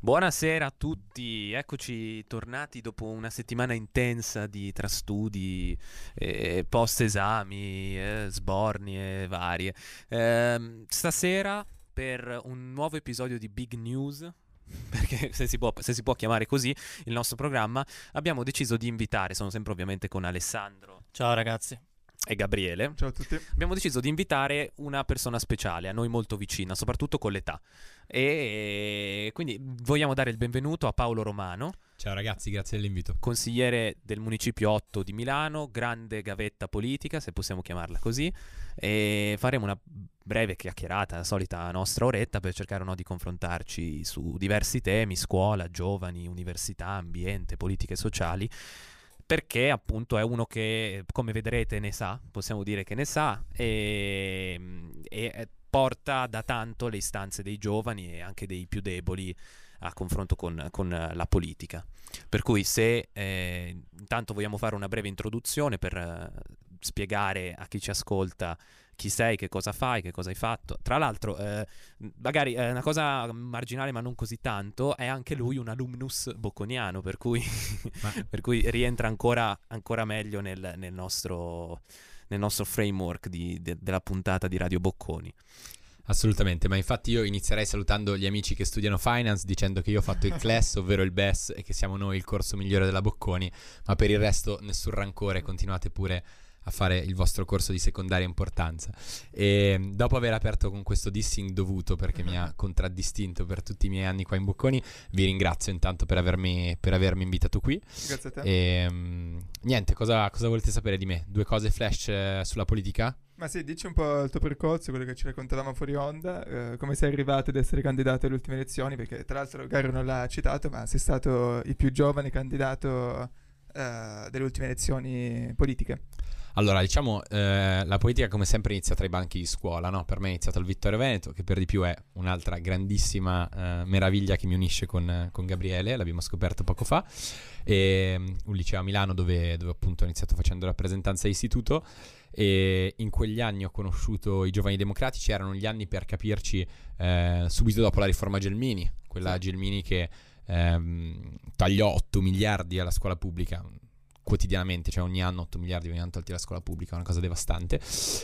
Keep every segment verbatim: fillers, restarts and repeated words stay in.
Buonasera a tutti, eccoci tornati dopo una settimana intensa di trastudi, eh, post-esami, eh, sborni e varie. Ehm, stasera per un nuovo episodio di Big News, perché se si può, se si può chiamare così il nostro programma, abbiamo deciso di invitare, sono sempre ovviamente con Alessandro Ciao ragazzi. e Gabriele. Ciao a tutti. Abbiamo deciso di invitare una persona speciale, a noi molto vicina, soprattutto con l'età. E quindi vogliamo dare il benvenuto a Paolo Romano. Ciao ragazzi, grazie dell'invito. Consigliere del Municipio otto di Milano, grande gavetta politica, se possiamo chiamarla così. E faremo una breve chiacchierata, la solita nostra oretta, per cercare no, di confrontarci su diversi temi: scuola, giovani, università, ambiente, politiche sociali. Perché appunto è uno che, come vedrete, ne sa, possiamo dire che ne sa, e, e porta da tanto le istanze dei giovani e anche dei più deboli a confronto con, con la politica. Per cui se eh, intanto vogliamo fare una breve introduzione per eh, spiegare a chi ci ascolta chi sei, che cosa fai, che cosa hai fatto. Tra l'altro, eh, magari è una cosa marginale ma non così tanto, è anche lui un alumnus bocconiano, per cui, per cui rientra ancora, ancora meglio nel, nel, nostro, nel nostro framework di, de, della puntata di Radio Bocconi. Assolutamente, ma infatti io inizierei salutando gli amici che studiano finance dicendo che io ho fatto il class, ovvero il B E S, e che siamo noi il corso migliore della Bocconi, ma per il resto nessun rancore, continuate pure a fare il vostro corso di secondaria importanza. E dopo aver aperto con questo dissing dovuto, perché mi ha contraddistinto per tutti i miei anni qua in Bocconi, vi ringrazio intanto per avermi, per avermi invitato qui. Grazie a te. E um, niente, cosa, cosa volete sapere di me? Due cose flash eh, sulla politica? Ma sì, dici un po' il tuo percorso, quello che ci raccontavamo fuori onda, eh, come sei arrivato ad essere candidato alle ultime elezioni, perché tra l'altro Garo non l'ha citato, ma sei stato il più giovane candidato eh, delle ultime elezioni politiche. Allora, diciamo, eh, la politica come sempre inizia tra i banchi di scuola, no? Per me è iniziato al Vittorio Veneto, che per di più è un'altra grandissima eh, meraviglia che mi unisce con, con Gabriele, l'abbiamo scoperto poco fa, e un liceo a Milano dove, dove appunto ho iniziato facendo rappresentanza di istituto, e in quegli anni ho conosciuto i Giovani Democratici. Erano gli anni, per capirci, eh, subito dopo la riforma Gelmini, quella Gelmini che ehm, tagliò otto miliardi alla scuola pubblica, quotidianamente, cioè ogni anno otto miliardi venivano tolti alla scuola pubblica, una cosa devastante.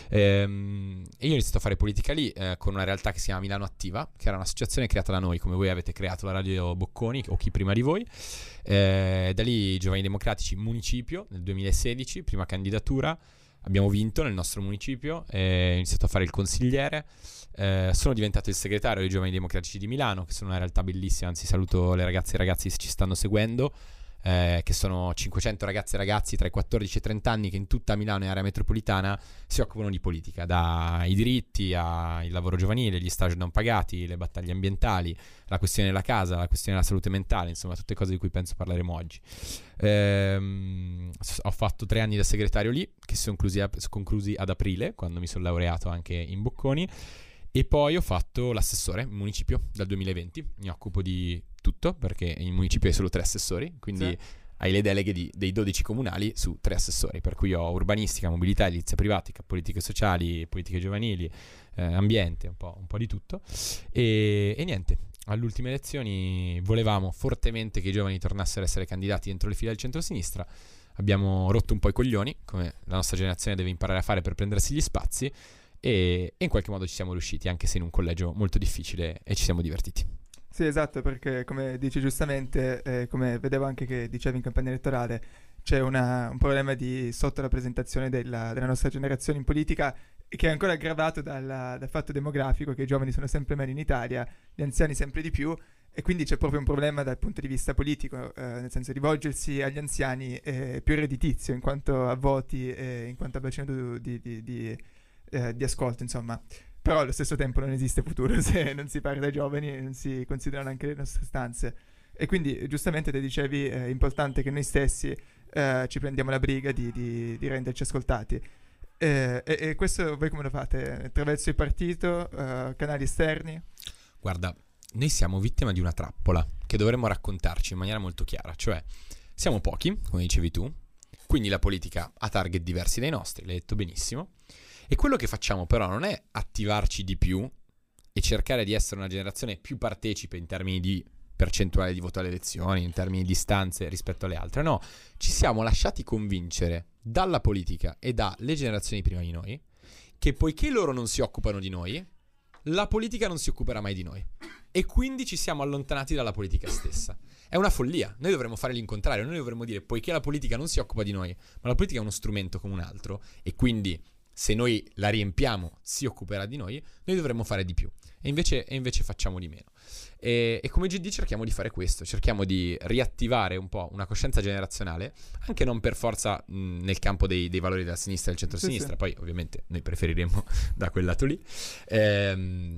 Ehm, e io ho iniziato a fare politica lì eh, con una realtà che si chiama Milano Attiva, che era un'associazione creata da noi, come voi avete creato la Radio Bocconi o chi prima di voi. Eh, da lì Giovani Democratici Municipio nel duemilasedici, prima candidatura, abbiamo vinto nel nostro municipio, eh, ho iniziato a fare il consigliere, eh, sono diventato il segretario dei Giovani Democratici di Milano, che sono una realtà bellissima, anzi saluto le ragazze e i ragazzi che ci stanno seguendo. Eh, che sono cinquecento ragazze e ragazzi tra i quattordici e i trenta anni che in tutta Milano e area metropolitana si occupano di politica, dai diritti al lavoro giovanile, gli stage non pagati, le battaglie ambientali, la questione della casa, la questione della salute mentale, insomma tutte cose di cui penso parleremo oggi. Ehm, ho fatto tre anni da segretario lì, che si sono conclusi, a, conclusi ad aprile, quando mi sono laureato anche in Bocconi. E poi ho fatto l'assessore in municipio dal duemilaventi, mi occupo di tutto perché in municipio hai solo tre assessori, quindi sì, hai le deleghe di, dei dodici comunali su tre assessori, per cui ho urbanistica, mobilità, edilizia privatica, politiche sociali, politiche giovanili, eh, ambiente, un po', un po' di tutto. E, e niente, alle ultime elezioni volevamo fortemente che i giovani tornassero a essere candidati dentro le file del centro-sinistra. Abbiamo rotto un po' i coglioni, come la nostra generazione deve imparare a fare per prendersi gli spazi, e in qualche modo ci siamo riusciti, anche se in un collegio molto difficile, e ci siamo divertiti. Sì, esatto, perché come dici giustamente, eh, come vedevo anche che dicevi in campagna elettorale, c'è una, un problema di sottorappresentazione della, della nostra generazione in politica, che è ancora aggravato dalla, dal fatto demografico, che i giovani sono sempre meno in Italia, gli anziani sempre di più, e quindi c'è proprio un problema dal punto di vista politico, eh, nel senso rivolgersi agli anziani è più redditizio in quanto a voti e in quanto a bacino di, di, di Eh, di ascolto, insomma. Però allo stesso tempo non esiste futuro se non si parla ai giovani e non si considerano anche le nostre stanze. E quindi giustamente te dicevi è importante che noi stessi eh, ci prendiamo la briga di, di, di renderci ascoltati. Eh, e, e questo voi come lo fate? Attraverso il partito, eh, canali esterni? Guarda, noi siamo vittima di una trappola che dovremmo raccontarci in maniera molto chiara, cioè siamo pochi, come dicevi tu, quindi la politica ha target diversi dai nostri, l'hai detto benissimo. E quello che facciamo però non è attivarci di più e cercare di essere una generazione più partecipe in termini di percentuale di voto alle elezioni, in termini di distanze rispetto alle altre. No, ci siamo lasciati convincere dalla politica e dalle generazioni prima di noi che poiché loro non si occupano di noi, la politica non si occuperà mai di noi. E quindi ci siamo allontanati dalla politica stessa. È una follia. Noi dovremmo fare l'incontrario. Noi dovremmo dire, poiché la politica non si occupa di noi, ma la politica è uno strumento come un altro, e quindi se noi la riempiamo si occuperà di noi, noi dovremmo fare di più. E invece, e invece facciamo di meno. E, e come G D cerchiamo di fare questo. Cerchiamo di riattivare un po' una coscienza generazionale, anche non per forza mh, nel campo dei, dei valori della sinistra e del centro-sinistra. Sì, sì. Poi ovviamente noi preferiremo da quel lato lì. Ehm,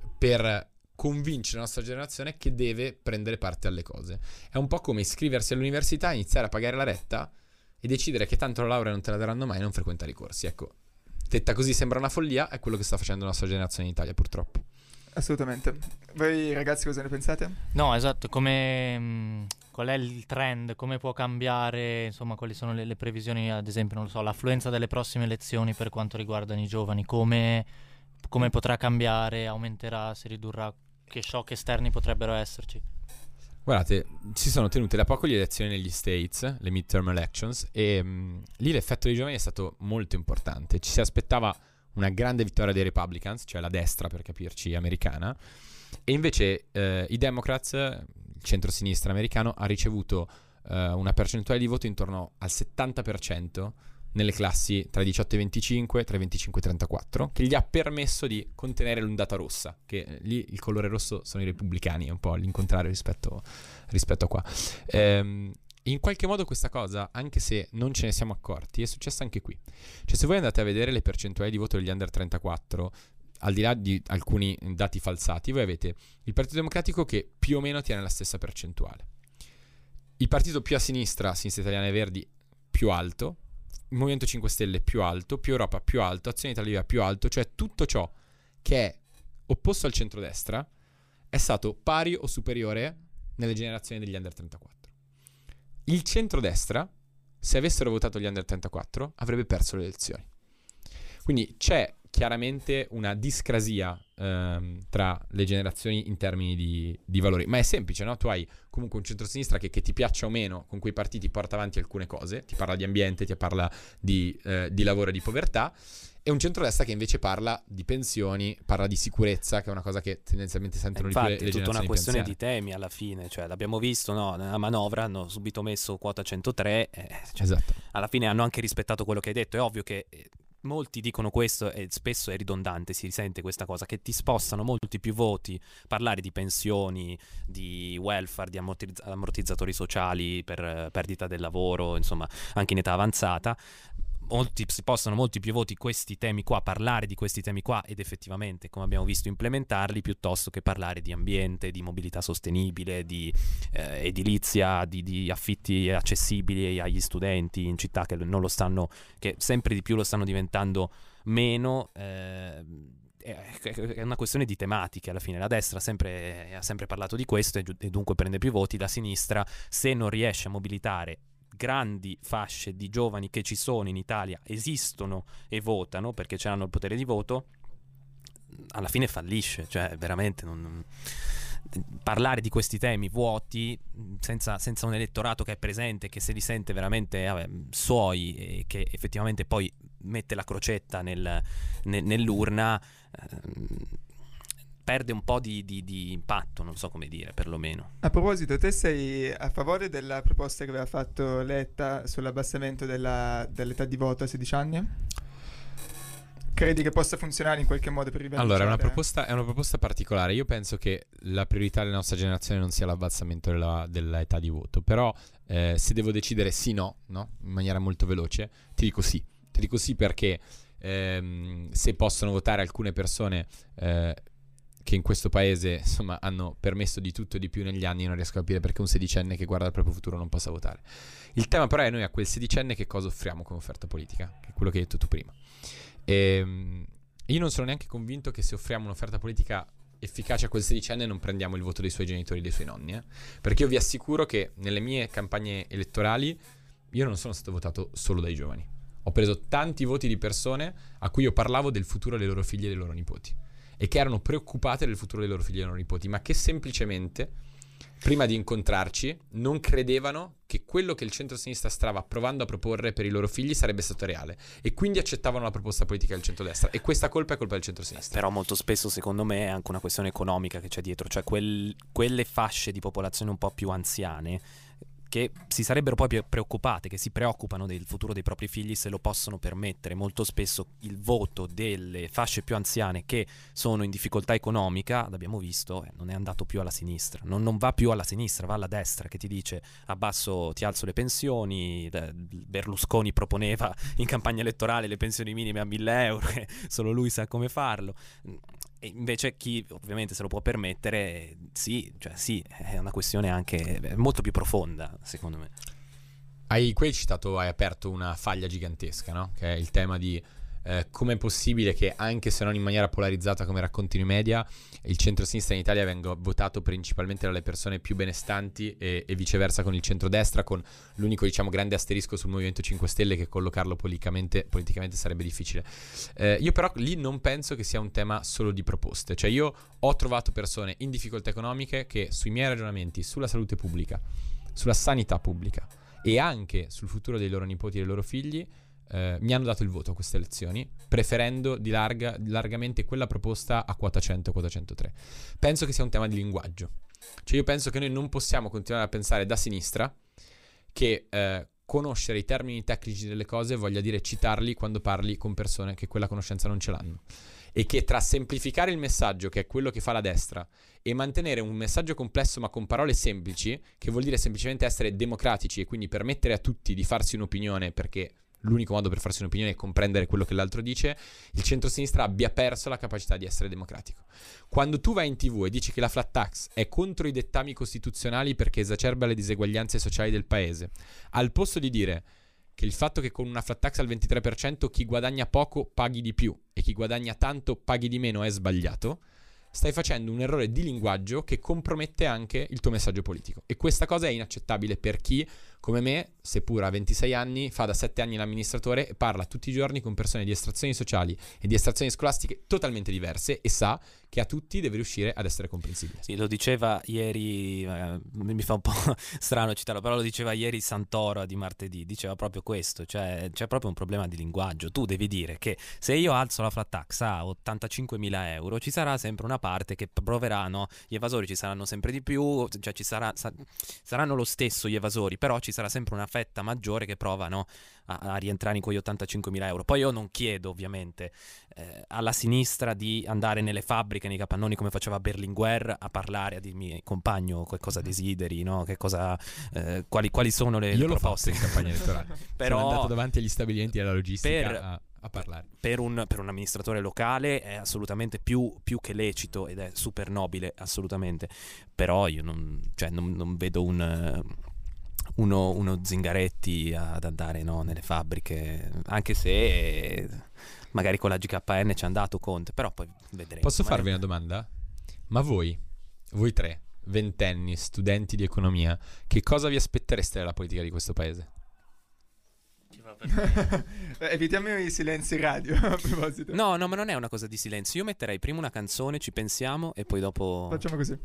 per convincere la nostra generazione che deve prendere parte alle cose. È un po' come iscriversi all'università, iniziare a pagare la retta e decidere che tanto la laurea non te la daranno mai e non frequentare i corsi. Ecco, detta così sembra una follia, è quello che sta facendo la nostra generazione in Italia, purtroppo. Assolutamente. Voi ragazzi cosa ne pensate? No, esatto, come mh, qual è il trend, come può cambiare, insomma, quali sono le, le previsioni, ad esempio, non lo so, l'affluenza delle prossime elezioni per quanto riguardano i giovani, come, come potrà cambiare, aumenterà, si ridurrà, che shock esterni potrebbero esserci? Guardate, si sono tenute da poco le elezioni negli States, le midterm elections, e mh, lì l'effetto dei giovani è stato molto importante. Ci si aspettava una grande vittoria dei Republicans, cioè la destra per capirci americana, e invece eh, i Democrats, il centro-sinistra americano, ha ricevuto eh, una percentuale di voto intorno al settanta per cento nelle classi tra i diciotto e i venticinque, tra i venticinque e i trentaquattro, che gli ha permesso di contenere l'ondata rossa, che eh, lì il colore rosso sono i repubblicani, è un po' l'incontrario rispetto, rispetto a qua. Ehm, in qualche modo questa cosa, anche se non ce ne siamo accorti, è successa anche qui. Cioè, se voi andate a vedere le percentuali di voto degli under trentaquattro, al di là di alcuni dati falsati, voi avete il Partito Democratico che più o meno tiene la stessa percentuale, il partito più a sinistra, Sinistra Italiana e Verdi, più alto, il Movimento cinque Stelle più alto, più Europa più alto, Azione Italia più alto, cioè tutto ciò che è opposto al centrodestra è stato pari o superiore nelle generazioni degli under trentaquattro. Il centrodestra, se avessero votato gli under trentaquattro, avrebbe perso le elezioni. Quindi c'è chiaramente una discrasia ehm, tra le generazioni in termini di, di valori, ma è semplice, no? Tu hai comunque un centrosinistra che, che ti piaccia o meno, con quei partiti porta avanti alcune cose, ti parla di ambiente, ti parla di, eh, di lavoro e di povertà, e un centrodestra che invece parla di pensioni, parla di sicurezza, che è una cosa che tendenzialmente sentono Infatti, di più le, le è tutta una questione di anziane. temi alla fine, cioè l'abbiamo visto, no? Nella manovra hanno subito messo quota centotré, eh, cioè, esatto. Alla fine hanno anche rispettato quello che hai detto. È ovvio che eh, molti dicono questo e spesso è ridondante, si risente questa cosa, che ti spostano molti più voti parlare di pensioni, di welfare, di ammortizz- ammortizzatori sociali per eh, perdita del lavoro, insomma anche in età avanzata. Molti, si possono molti più voti questi temi qua, parlare di questi temi qua ed effettivamente, come abbiamo visto, implementarli, piuttosto che parlare di ambiente, di mobilità sostenibile, di eh, edilizia, di, di affitti accessibili agli studenti in città che non lo stanno, che sempre di più lo stanno diventando meno. eh, È una questione di tematiche alla fine. La destra sempre, ha sempre parlato di questo e dunque prende più voti. La sinistra, se non riesce a mobilitare grandi fasce di giovani che ci sono in Italia, esistono e votano perché ce l'hanno il potere di voto, alla fine fallisce. Cioè veramente non, non... parlare di questi temi vuoti senza, senza un elettorato che è presente, che se li sente veramente vabbè, suoi, e che effettivamente poi mette la crocetta nel, nel, nell'urna, eh, perde un po' di, di, di impatto, non so come dire, perlomeno. A proposito, te sei a favore della proposta che aveva fatto Letta sull'abbassamento della, dell'età di voto a sedici anni? Credi che possa funzionare in qualche modo per rilanciare? Allora, è una proposta, è una proposta particolare. Io penso che la priorità della nostra generazione non sia l'abbassamento della, dell'età di voto, però eh, se devo decidere sì no, no, in maniera molto veloce, ti dico sì. Ti dico sì perché ehm, se possono votare alcune persone eh, che in questo paese insomma hanno permesso di tutto e di più negli anni, io non riesco a capire perché un sedicenne che guarda il proprio futuro non possa votare. Il tema però è noi a quel sedicenne che cosa offriamo come offerta politica, che è quello che hai detto tu prima. E io non sono neanche convinto che se offriamo un'offerta politica efficace a quel sedicenne non prendiamo il voto dei suoi genitori e dei suoi nonni, eh? Perché io vi assicuro che nelle mie campagne elettorali io non sono stato votato solo dai giovani. Ho preso tanti voti di persone a cui io parlavo del futuro dei loro figli e dei loro nipoti, e che erano preoccupate del futuro dei loro figli e dei loro nipoti, ma che semplicemente prima di incontrarci, non credevano che quello che il centro-sinistra stava provando a proporre per i loro figli sarebbe stato reale, e quindi accettavano la proposta politica del centrodestra, e questa colpa è colpa del centro-sinistra. Però molto spesso, secondo me, è anche una questione economica che c'è dietro, cioè quel- quelle fasce di popolazione un po' più anziane che si sarebbero poi preoccupate, che si preoccupano del futuro dei propri figli se lo possono permettere. Molto spesso il voto delle fasce più anziane che sono in difficoltà economica, l'abbiamo visto, eh, non è andato più alla sinistra, non, non va più alla sinistra, va alla destra, che ti dice abbasso, ti alzo le pensioni. Berlusconi proponeva in campagna elettorale le pensioni minime a mille euro, che solo lui sa come farlo. E invece chi ovviamente se lo può permettere, sì, cioè sì, è una questione anche molto più profonda, secondo me. Hai, qui hai citato, hai aperto una faglia gigantesca, no? Che è il tema di eh, com'è possibile che, anche se non in maniera polarizzata come raccontino i media, il centro-sinistra in Italia venga votato principalmente dalle persone più benestanti, e, e viceversa con il centrodestra, con l'unico, diciamo, grande asterisco sul Movimento cinque Stelle, che collocarlo politicamente, politicamente sarebbe difficile. Eh, io però lì non penso che sia un tema solo di proposte, cioè io ho trovato persone in difficoltà economiche che sui miei ragionamenti sulla salute pubblica, sulla sanità pubblica e anche sul futuro dei loro nipoti e dei loro figli Eh, mi hanno dato il voto a queste elezioni, preferendo di larga, largamente quella proposta a quota cento e quota centotré. Penso che sia un tema di linguaggio, cioè io penso che noi non possiamo continuare a pensare da sinistra che eh, conoscere i termini tecnici delle cose voglia dire citarli quando parli con persone che quella conoscenza non ce l'hanno, e che tra semplificare il messaggio, che è quello che fa la destra, e mantenere un messaggio complesso ma con parole semplici, che vuol dire semplicemente essere democratici e quindi permettere a tutti di farsi un'opinione, perché l'unico modo per farsi un'opinione è comprendere quello che l'altro dice, il centro-sinistra abbia perso la capacità di essere democratico. Quando tu vai in tivù e dici che la flat tax è contro i dettami costituzionali perché esacerba le diseguaglianze sociali del paese, al posto di dire che il fatto che con una flat tax al ventitré per cento chi guadagna poco paghi di più e chi guadagna tanto paghi di meno è sbagliato, stai facendo un errore di linguaggio che compromette anche il tuo messaggio politico. E questa cosa è inaccettabile per chi, come me, seppur a ventisei anni, fa da sette anni l'amministratore e parla tutti i giorni con persone di estrazioni sociali e di estrazioni scolastiche totalmente diverse, e sa che a tutti deve riuscire ad essere comprensibile. Sì, lo diceva ieri, eh, mi fa un po' strano citarlo, però lo diceva ieri Santoro di martedì, diceva proprio questo, cioè c'è proprio un problema di linguaggio. Tu devi dire che se io alzo la flat tax a ottantacinquemila euro, ci sarà sempre una parte che proverà, no? Gli evasori ci saranno sempre di più, cioè ci sarà, sa- saranno lo stesso gli evasori, però ci sarà sempre una fetta maggiore che prova, no, a, a rientrare in quegli ottantacinquemila euro. Poi io non chiedo ovviamente eh, alla sinistra di andare nelle fabbriche, nei capannoni, come faceva Berlinguer, a parlare, a dirmi compagno che cosa desideri, no? Che cosa, eh, quali, quali sono le, Io le l'ho proposte fatto in campagna elettorale. Però sono andato davanti agli stabilimenti e alla logistica per, a, a parlare. Per un, per un amministratore locale è assolutamente più, più che lecito ed è super nobile, assolutamente. Però io non, cioè, non, non vedo un... Uno, uno Zingaretti ad andare, no, nelle fabbriche, anche se magari con la G K N ci è andato Conte, però poi vedremo. Posso Ma farvi è... una domanda? Ma voi, voi tre, ventenni, studenti di economia, che cosa vi aspettereste dalla politica di questo paese? Evitiamo i silenzi radio a proposito. No, no, ma non è una cosa di silenzio. Io metterei prima una canzone, ci pensiamo e poi dopo... Facciamo così.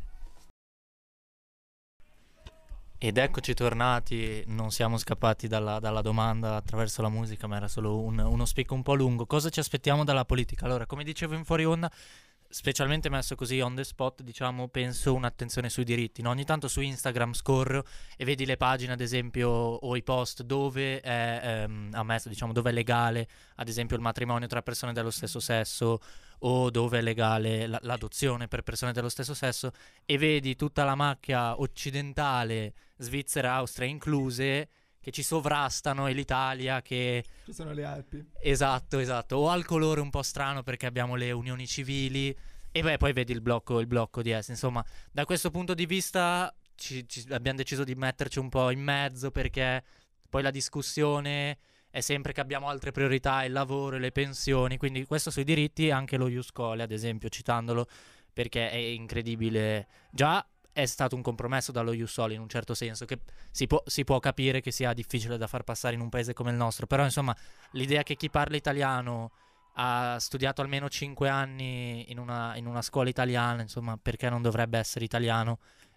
Ed eccoci tornati, non siamo scappati dalla, dalla domanda attraverso la musica, ma era solo un, uno speak un po' lungo. Cosa ci aspettiamo dalla politica? Allora, come dicevo in fuori onda, specialmente messo così on the spot, diciamo, penso un'attenzione sui diritti, no? Ogni tanto su Instagram scorro e vedi le pagine, ad esempio, o i post dove è ehm, ammesso, diciamo, dove è legale, ad esempio, il matrimonio tra persone dello stesso sesso, o dove è legale l- l'adozione per persone dello stesso sesso, e vedi tutta la macchia occidentale, Svizzera, Austria incluse, che ci sovrastano, e l'Italia che... Ci sono le Alpi. Esatto, esatto. O ha il colore un po' strano perché abbiamo le unioni civili, e beh, poi vedi il blocco, il blocco di est. Insomma, da questo punto di vista ci, ci abbiamo deciso di metterci un po' in mezzo, perché poi la discussione è sempre che abbiamo altre priorità, il lavoro e le pensioni. Quindi questo sui diritti, anche lo Ius Scholae, ad esempio, citandolo, perché è incredibile. Già è stato un compromesso dallo Ius Soli, in un certo senso, che si può, si può capire che sia difficile da far passare in un paese come il nostro, però insomma l'idea che chi parla italiano ha studiato almeno cinque anni in una, in una scuola italiana, insomma, perché non dovrebbe essere italiano,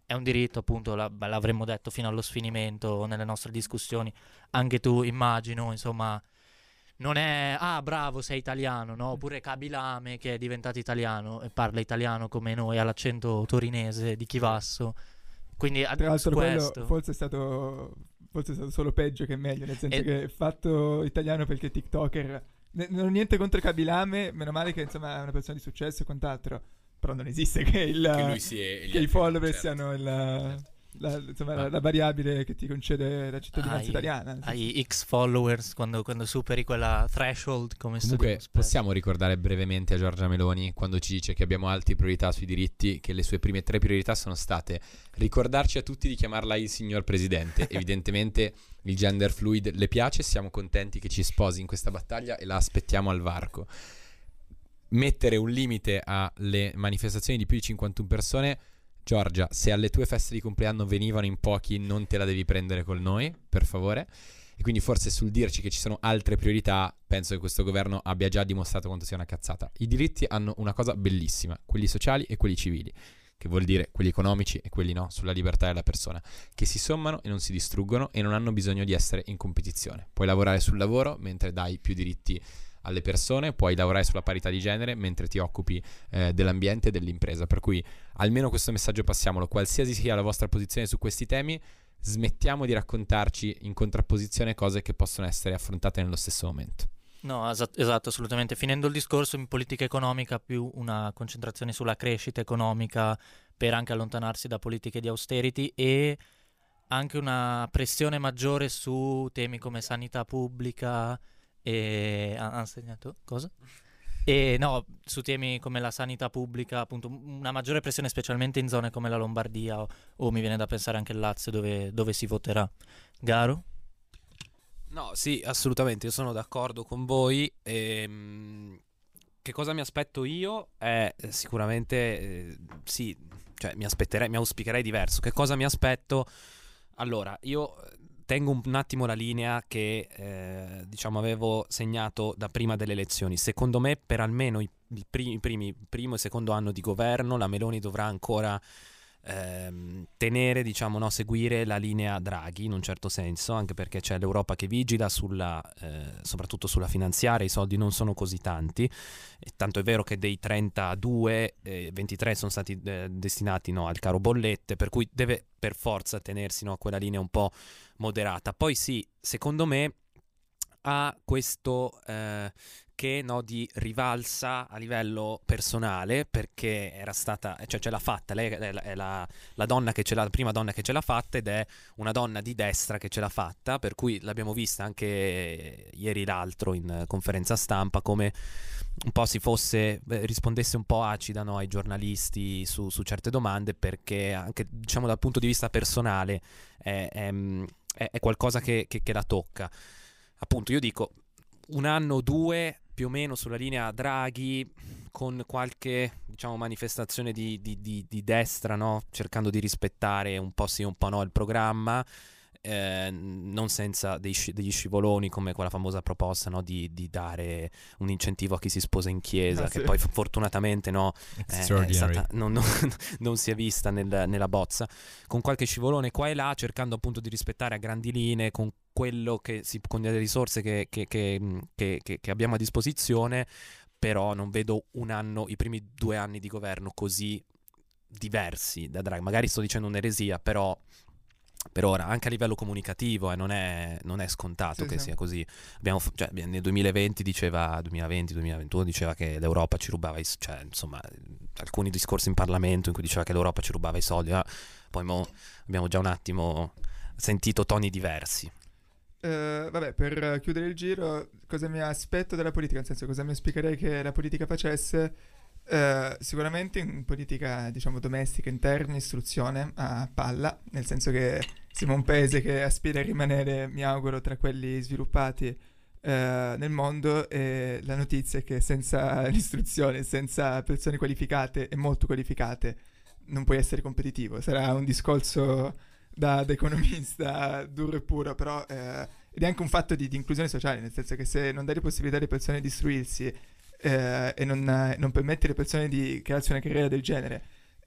è un diritto, appunto, la- beh, l'avremmo detto fino allo sfinimento nelle nostre discussioni, anche tu immagino, insomma, non è, ah bravo sei italiano, no? Oppure Kabilame che è diventato italiano e parla italiano come noi, ha l'accento torinese di Chivasso, quindi a- Tra su l'altro quello questo... forse è stato forse è stato solo peggio che meglio, nel senso E- che è fatto italiano perché TikToker, ne- non ho niente contro Kabilame, meno male che insomma è una persona di successo e quant'altro, però non esiste che, il, Che lui si è, che i follower certo. siano il, la, insomma, la, Ah. la variabile che ti concede la cittadinanza Hai- italiana. nel senso- Hai X followers quando, quando superi quella threshold, come sto Comunque dicendo spesso. possiamo ricordare brevemente a Giorgia Meloni, quando ci dice che abbiamo alte priorità sui diritti, che le sue prime tre priorità sono state ricordarci a tutti di chiamarla il signor presidente. Evidentemente il gender fluid le piace, siamo contenti che ci sposi in questa battaglia e la aspettiamo al varco. Mettere un limite alle manifestazioni di più di cinquantuno persone. Giorgia, se alle tue feste di compleanno venivano in pochi, non te la devi prendere con noi, per favore. E quindi forse sul dirci che ci sono altre priorità, penso che questo governo abbia già dimostrato quanto sia una cazzata. I diritti hanno una cosa bellissima, quelli sociali e quelli civili, che vuol dire quelli economici e quelli no, sulla libertà della persona, che si sommano e non si distruggono e non hanno bisogno di essere in competizione. Puoi lavorare sul lavoro mentre dai più diritti alle persone, puoi lavorare sulla parità di genere mentre ti occupi eh, dell'ambiente e dell'impresa, per cui almeno questo messaggio passiamolo, qualsiasi sia la vostra posizione su questi temi, smettiamo di raccontarci in contrapposizione cose che possono essere affrontate nello stesso momento. No, esat- esatto, assolutamente. Finendo il discorso, in politica economica più una concentrazione sulla crescita economica per anche allontanarsi da politiche di austerity e anche una pressione maggiore su temi come sanità pubblica e... Ha, ha segnato? Cosa? E no, su temi come la sanità pubblica, appunto, una maggiore pressione specialmente in zone come la Lombardia o, o mi viene da pensare anche il Lazio dove, dove si voterà. Garo? No, sì, assolutamente, io sono d'accordo con voi. Ehm, che cosa mi aspetto io? È eh, sicuramente, eh, sì, cioè mi aspetterei, mi auspicherei diverso. Che cosa mi aspetto? Allora, io tengo un, un attimo la linea che, eh, diciamo, avevo segnato da prima delle elezioni. Secondo me, per almeno i, i primi, primi, primo e secondo anno di governo, la Meloni dovrà ancora ehm, tenere, diciamo, no, seguire la linea Draghi in un certo senso, anche perché c'è l'Europa che vigila sulla, eh, soprattutto sulla finanziaria, i soldi non sono così tanti, e tanto è vero che dei trentadue, eh, ventitré sono stati eh, destinati, no, al caro bollette, per cui deve per forza tenersi, no, a quella linea un po' moderata. Poi sì, secondo me ha questo eh, che, no, di rivalsa a livello personale, perché era stata, cioè ce l'ha fatta, lei è la, è la, la donna che ce l'ha, la prima donna che ce l'ha fatta, ed è una donna di destra che ce l'ha fatta, per cui l'abbiamo vista anche ieri l'altro in conferenza stampa come un po' si fosse, beh, rispondesse un po' acida, no, ai giornalisti su, su certe domande, perché anche, diciamo, dal punto di vista personale è, è, è, è qualcosa che, che, che la tocca. Appunto, io dico un anno o due più o meno sulla linea Draghi, con qualche, diciamo, manifestazione di, di, di, di destra, no? Cercando di rispettare un po' sì un po' no il programma, eh, non senza dei sci- degli scivoloni come quella famosa proposta, no? di, di dare un incentivo a chi si sposa in chiesa, Ah, che sì. poi f- fortunatamente no, è, è Extraordinary. stata, non, non, non si è vista nel- nella bozza, con qualche scivolone qua e là, cercando appunto di rispettare a grandi linee con quello che si, con le risorse che, che, che, che, che, che abbiamo a disposizione. Però non vedo un anno, i primi due anni di governo così diversi da Draghi. Magari sto dicendo un'eresia, però per ora anche a livello comunicativo eh, non, è, non è scontato Sì, che sì. sia così. Abbiamo, f- cioè, nel duemilaventi diceva, duemilaventi duemilaventuno diceva che l'Europa ci rubava i, cioè, insomma, alcuni discorsi in Parlamento in cui diceva che l'Europa ci rubava i soldi, ma poi mo abbiamo già un attimo sentito toni diversi. Eh, vabbè, per chiudere il giro, cosa mi aspetto dalla politica? Nel senso, cosa mi auspicherei che la politica facesse? Eh, sicuramente in politica, diciamo, domestica, interna, istruzione a palla, nel senso che siamo un paese che aspira a rimanere, mi auguro, tra quelli sviluppati eh, nel mondo, e la notizia è che senza l'istruzione, senza persone qualificate e molto qualificate, non puoi essere competitivo. Sarà un discorso da, da economista duro e puro, però eh, ed è anche un fatto di, di inclusione sociale, nel senso che se non dai la possibilità alle persone di istruirsi eh, e non, non permetti alle persone di crearsi una carriera del genere,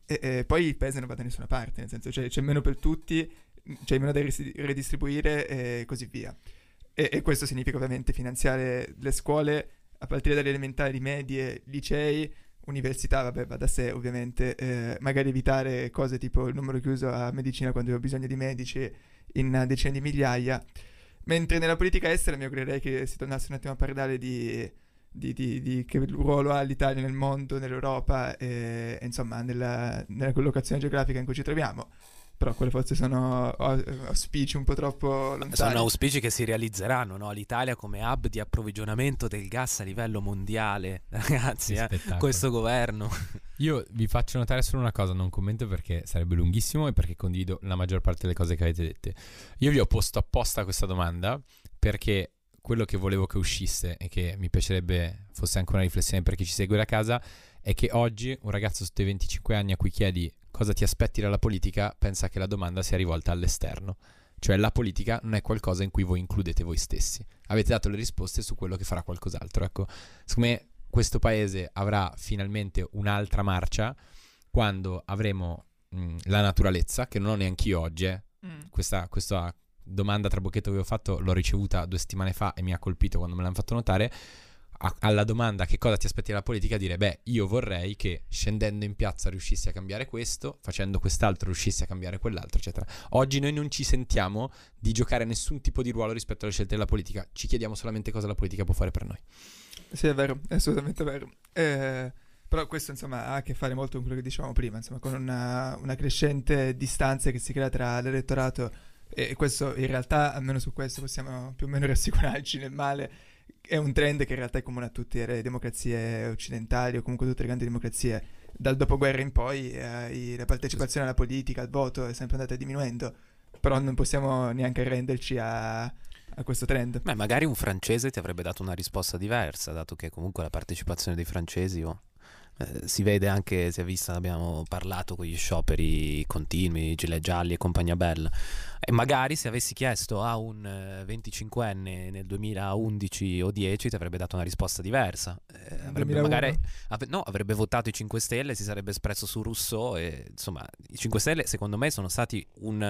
e, e poi il paese non va da nessuna parte, nel senso c'è, c'è meno per tutti, c'è meno da ris- redistribuire e così via. E, e questo significa ovviamente finanziare le scuole a partire dalle elementari, medie, licei, università, vabbè, va da sé ovviamente, eh, magari evitare cose tipo il numero chiuso a medicina quando ho bisogno di medici in decine di migliaia, mentre nella politica estera mi augurerei che si tornasse un attimo a parlare di, di, di, di che ruolo ha l'Italia nel mondo, nell'Europa e, e insomma nella, nella collocazione geografica in cui ci troviamo. Però quelle forse sono auspici un po' troppo lontani. Sono auspici che si realizzeranno, no? L'Italia come hub di approvvigionamento del gas a livello mondiale. Ragazzi, eh, questo governo. Io vi faccio notare solo una cosa, non commento perché sarebbe lunghissimo e perché condivido la maggior parte delle cose che avete dette. Io vi ho posto apposta questa domanda perché quello che volevo che uscisse e che mi piacerebbe fosse anche una riflessione per chi ci segue da casa è che oggi un ragazzo sotto i venticinque anni a cui chiedi cosa ti aspetti dalla politica pensa che la domanda sia rivolta all'esterno, cioè la politica non è qualcosa in cui voi includete voi stessi, avete dato le risposte su quello che farà qualcos'altro. Ecco, secondo me questo paese avrà finalmente un'altra marcia quando avremo mh, la naturalezza, che non ho neanch'io oggi, eh. mm. questa, questa domanda trabocchetto che ho fatto l'ho ricevuta due settimane fa e mi ha colpito quando me l'hanno fatto notare. A, alla domanda che cosa ti aspetti dalla politica, dire beh, io vorrei che scendendo in piazza riuscissi a cambiare questo, facendo quest'altro riuscissi a cambiare quell'altro, eccetera. Oggi noi non ci sentiamo di giocare nessun tipo di ruolo rispetto alle scelte della politica, ci chiediamo solamente cosa la politica può fare per noi. Sì, è vero, è assolutamente vero. Eh, però questo insomma ha a che fare molto con quello che dicevamo prima, insomma, con una, una crescente distanza che si crea tra l'elettorato e questo in realtà, almeno su questo possiamo più o meno rassicurarci nel male. È un trend che in realtà è comune a tutte le democrazie occidentali o comunque tutte le grandi democrazie. Dal dopoguerra in poi eh, la partecipazione alla politica, al voto è sempre andata diminuendo, però non possiamo neanche arrenderci a, a questo trend. Beh, magari un francese ti avrebbe dato una risposta diversa, dato che comunque la partecipazione dei francesi oh, eh, si vede anche, si è vista, abbiamo parlato con gli scioperi continui, gilet gialli e compagnia bella. E magari se avessi chiesto a un eh, venticinquenne nel duemilaundici o dieci ti avrebbe dato una risposta diversa. Eh, avrebbe magari av- no, avrebbe votato i cinque Stelle, si sarebbe espresso su Rousseau e insomma i cinque Stelle secondo me sono stati un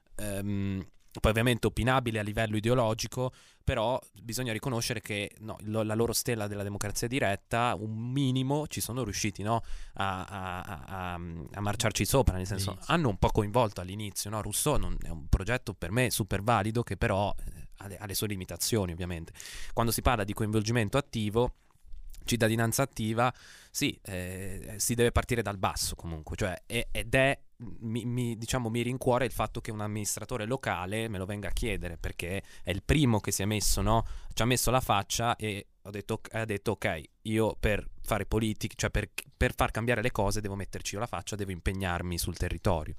um, poi ovviamente opinabile a livello ideologico, però bisogna riconoscere che no, lo, la loro stella della democrazia diretta un minimo ci sono riusciti, no, a, a, a, a marciarci sopra, nel senso all'inizio. Hanno un po' coinvolto all'inizio, no? Rousseau non, è un progetto per me super valido che però eh, ha, le, ha le sue limitazioni ovviamente. Quando si parla di coinvolgimento attivo, cittadinanza attiva, sì, eh, si deve partire dal basso comunque, cioè è, ed è mi, mi, diciamo mi rincuora il fatto che un amministratore locale me lo venga a chiedere, perché è il primo che si è messo, no? Ci ha messo la faccia e ho detto, ha detto ok, io per fare politica, cioè per, per far cambiare le cose devo metterci io la faccia, devo impegnarmi sul territorio.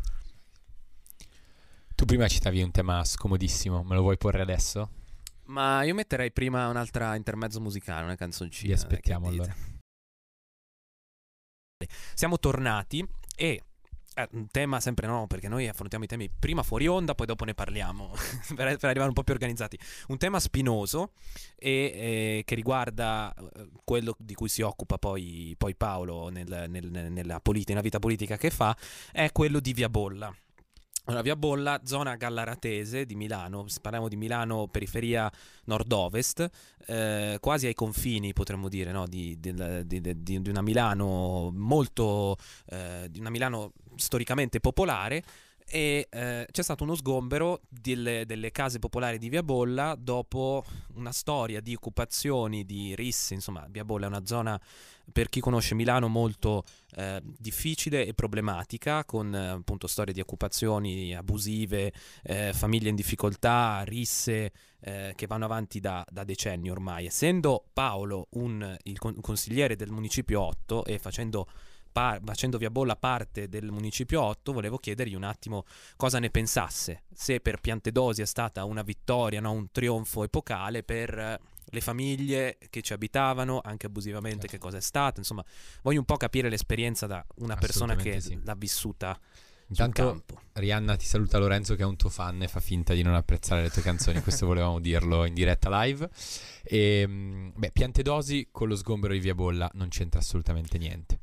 Tu prima citavi un tema scomodissimo, me lo vuoi porre adesso? Ma io metterei prima un'altra intermezzo musicale, una canzoncina. Vi aspettiamo allora. Siamo tornati e eh, un tema sempre no, perché noi affrontiamo i temi prima fuori onda, poi dopo ne parliamo per, per arrivare un po' più organizzati. Un tema spinoso e eh, che riguarda eh, quello di cui si occupa poi, poi Paolo nel, nel, nella, politi- nella vita politica che fa, è quello di Via Bolla. Allora, Via Bolla, zona gallaratese di Milano, parliamo di Milano periferia nord-ovest, eh, quasi ai confini potremmo dire, no? di, di, di, di, di una Milano molto, eh, di una Milano storicamente popolare. E eh, c'è stato uno sgombero delle, delle case popolari di Via Bolla dopo una storia di occupazioni, di risse. Insomma, Via Bolla è una zona, per chi conosce Milano, molto eh, difficile e problematica, con eh, appunto storie di occupazioni abusive, eh, famiglie in difficoltà, risse eh, che vanno avanti da, da decenni ormai. Essendo Paolo un, il con- consigliere del Municipio otto e facendo Par- facendo Via Bolla parte del Municipio otto, volevo chiedergli un attimo cosa ne pensasse, se per Piantedosi è stata una vittoria, no? Un trionfo epocale per le famiglie che ci abitavano, anche abusivamente, certo. Che cosa è stato, insomma voglio un po' capire l'esperienza da una persona che sì. l'ha vissuta. Intanto campo. Rihanna ti saluta Lorenzo che è un tuo fan e fa finta di non apprezzare le tue canzoni, questo volevamo dirlo in diretta live. E, beh, Piantedosi con lo sgombero di Via Bolla non c'entra assolutamente niente.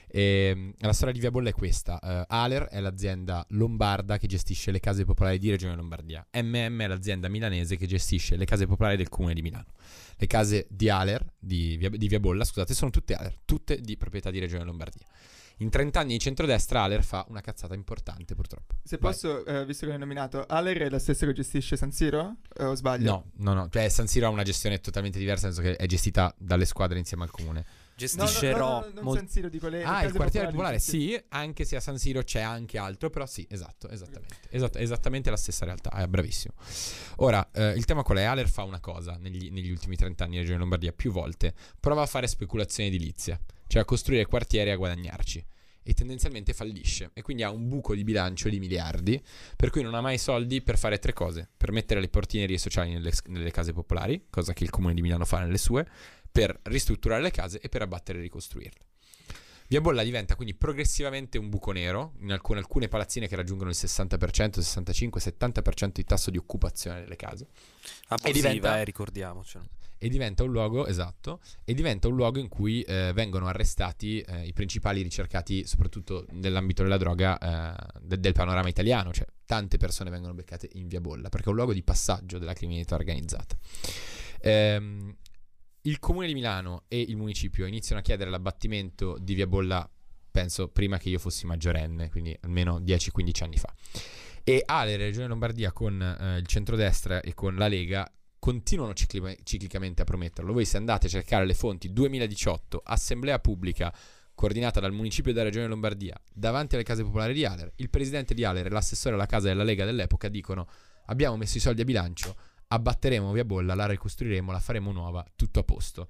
E, la storia di Via Bolla è questa. uh, Aler è l'azienda lombarda che gestisce le case popolari di Regione Lombardia. M M è l'azienda milanese che gestisce le case popolari del Comune di Milano. Le case di Aler, di Via, di Via Bolla, scusate, sono tutte Aler, tutte di proprietà di Regione Lombardia. In trenta anni di centrodestra Aler fa una cazzata importante, purtroppo. Se Vai. posso, eh, visto che l'hai nominato, Aler è la stessa che gestisce San Siro? Eh, o sbaglio? No, no, no, cioè San Siro ha una gestione totalmente diversa, nel senso che è gestita dalle squadre insieme al comune. Gestisce no, no, no, Ro- no, non mol- San Siro, dico le, le Ah, il case quartiere popolari popolare, di San Siro. sì, anche se a San Siro c'è anche altro, però sì, esatto, esattamente, esatto, esattamente la stessa realtà, è bravissimo. Ora, eh, il tema qual è? Aler fa una cosa negli, negli ultimi trenta anni in Regione Lombardia, più volte, prova a fare speculazione edilizia, cioè a costruire quartieri e a guadagnarci. E tendenzialmente fallisce e quindi ha un buco di bilancio di miliardi, per cui non ha mai soldi per fare tre cose: per mettere le portinerie sociali nelle, nelle case popolari, cosa che il Comune di Milano fa nelle sue, per ristrutturare le case e per abbattere e ricostruirle. Via Bolla diventa quindi progressivamente un buco nero in alcune, alcune palazzine che raggiungono il sessanta per cento, sessantacinque settanta per cento di tasso di occupazione delle case. abusiva, e diventa- eh, ricordiamocelo. E diventa un luogo, esatto, e diventa un luogo in cui eh, vengono arrestati eh, i principali ricercati, soprattutto nell'ambito della droga, eh, de- del panorama italiano. Cioè, tante persone vengono beccate in Via Bolla, perché è un luogo di passaggio della criminalità organizzata. Ehm, il Comune di Milano e il municipio iniziano a chiedere l'abbattimento di Via Bolla, penso, prima che io fossi maggiorenne, quindi almeno dieci quindici anni fa. E Aler e Regione Lombardia con eh, il centrodestra e con la Lega continuano cicli- ciclicamente a prometterlo. Voi se andate a cercare le fonti, duemiladiciotto, assemblea pubblica coordinata dal municipio e dalla Regione Lombardia davanti alle case popolari di Aler, il presidente di Aler e l'assessore alla casa della Lega dell'epoca dicono: abbiamo messo i soldi a bilancio, abbatteremo Via Bolla, la ricostruiremo, la faremo nuova, tutto a posto.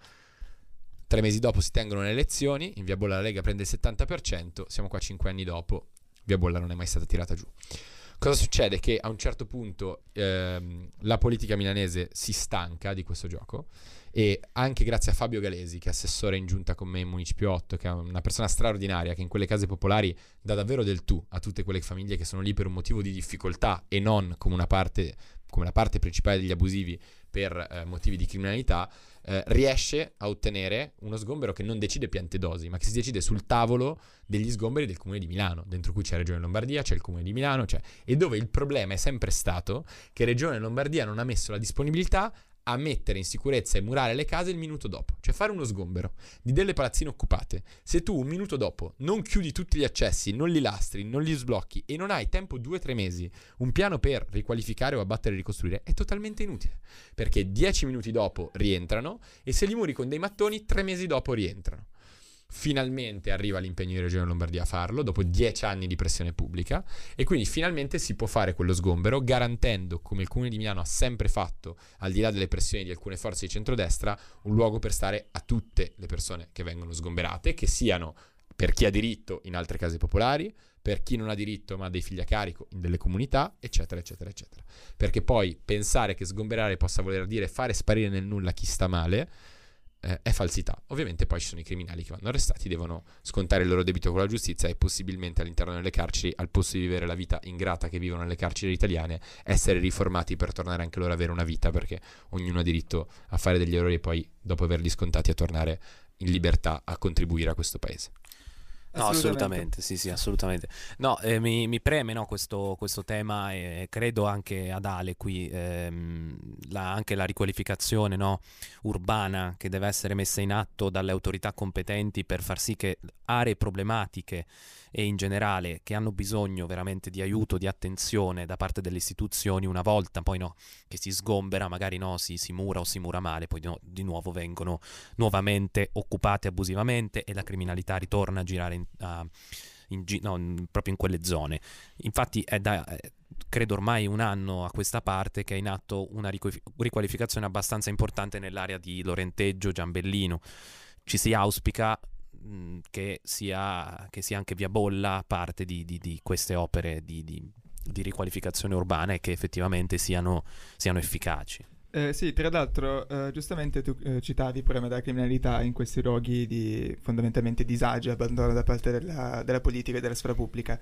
Tre mesi dopo si tengono le elezioni, in Via Bolla la Lega prende il settanta per cento, siamo qua cinque anni dopo, Via Bolla non è mai stata tirata giù. Cosa succede? Che a un certo punto ehm, la politica milanese si stanca di questo gioco e anche grazie a Fabio Galesi, che è assessore in giunta con me in Municipio otto, che è una persona straordinaria, che in quelle case popolari dà davvero del tu a tutte quelle famiglie che sono lì per un motivo di difficoltà e non come una parte, come la parte principale degli abusivi per eh, motivi di criminalità, eh, riesce a ottenere uno sgombero che non decide Piantedosi, ma che si decide sul tavolo degli sgomberi del Comune di Milano, dentro cui c'è Regione Lombardia, c'è il Comune di Milano, c'è, e dove il problema è sempre stato che Regione Lombardia non ha messo la disponibilità a mettere in sicurezza e murare le case il minuto dopo, cioè fare uno sgombero di delle palazzine occupate. Se tu un minuto dopo non chiudi tutti gli accessi, non li lastri, non li sblocchi e non hai tempo due o tre mesi, un piano per riqualificare o abbattere e ricostruire, è totalmente inutile, perché dieci minuti dopo rientrano e se li muri con dei mattoni tre mesi dopo rientrano. Finalmente arriva l'impegno di Regione Lombardia a farlo dopo dieci anni di pressione pubblica e quindi finalmente si può fare quello sgombero, garantendo, come il Comune di Milano ha sempre fatto, al di là delle pressioni di alcune forze di centrodestra, un luogo per stare a tutte le persone che vengono sgomberate, che siano per chi ha diritto in altre case popolari, per chi non ha diritto ma ha dei figli a carico in delle comunità, eccetera eccetera eccetera. Perché poi pensare che sgomberare possa voler dire fare sparire nel nulla chi sta male Eh, è falsità. Ovviamente poi ci sono i criminali che vanno arrestati, devono scontare il loro debito con la giustizia e possibilmente all'interno delle carceri, al posto di vivere la vita ingrata che vivono nelle carceri italiane, essere riformati per tornare anche loro ad avere una vita, perché ognuno ha diritto a fare degli errori e poi dopo averli scontati a tornare in libertà a contribuire a questo paese. No, assolutamente, sì, sì, assolutamente. No, eh, mi, mi preme, no, questo, questo tema e credo anche ad Ale qui, ehm, la, anche la riqualificazione, no, urbana che deve essere messa in atto dalle autorità competenti per far sì che aree problematiche e in generale che hanno bisogno veramente di aiuto, di attenzione da parte delle istituzioni, una volta poi no, che si sgombera, magari no, si, si mura o si mura male, poi no, di nuovo vengono nuovamente occupate abusivamente e la criminalità ritorna a girare in Uh, in, no, in, proprio in quelle zone. Infatti è da eh, credo ormai un anno a questa parte che è in atto una riqu- riqualificazione abbastanza importante nell'area di Lorenteggio, Giambellino. Ci si auspica mh, che sia che sia anche Via Bolla parte di, di, di queste opere di, di, di riqualificazione urbana e che effettivamente siano, siano efficaci. Eh, sì, tra l'altro, eh, giustamente tu eh, citavi il problema della criminalità in questi luoghi di fondamentalmente disagio e abbandono da parte della, della politica e della sfera pubblica.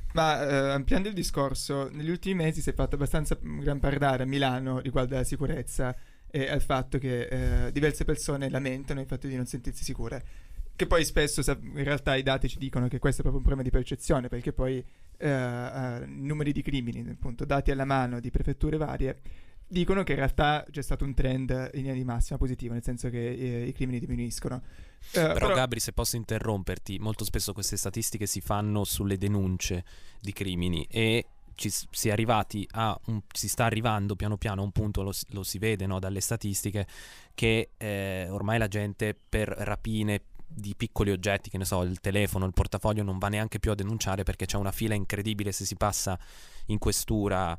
Ma eh, ampliando il discorso, negli ultimi mesi si è fatto abbastanza gran parlare a Milano riguardo alla sicurezza e al fatto che eh, diverse persone lamentano il fatto di non sentirsi sicure, che poi spesso in realtà i dati ci dicono che questo è proprio un problema di percezione, perché poi eh, eh, numeri di crimini, appunto, dati alla mano di prefetture varie, dicono che in realtà c'è stato un trend in linea di massima positivo, nel senso che eh, i crimini diminuiscono. Uh, però, però Gabri, se posso interromperti, molto spesso queste statistiche si fanno sulle denunce di crimini e ci si è arrivati a un, si sta arrivando piano piano a un punto, lo, lo si vede, no, dalle statistiche, che eh, ormai la gente per rapine di piccoli oggetti, che ne so, il telefono, il portafoglio, non va neanche più a denunciare perché c'è una fila incredibile. Se si passa in questura,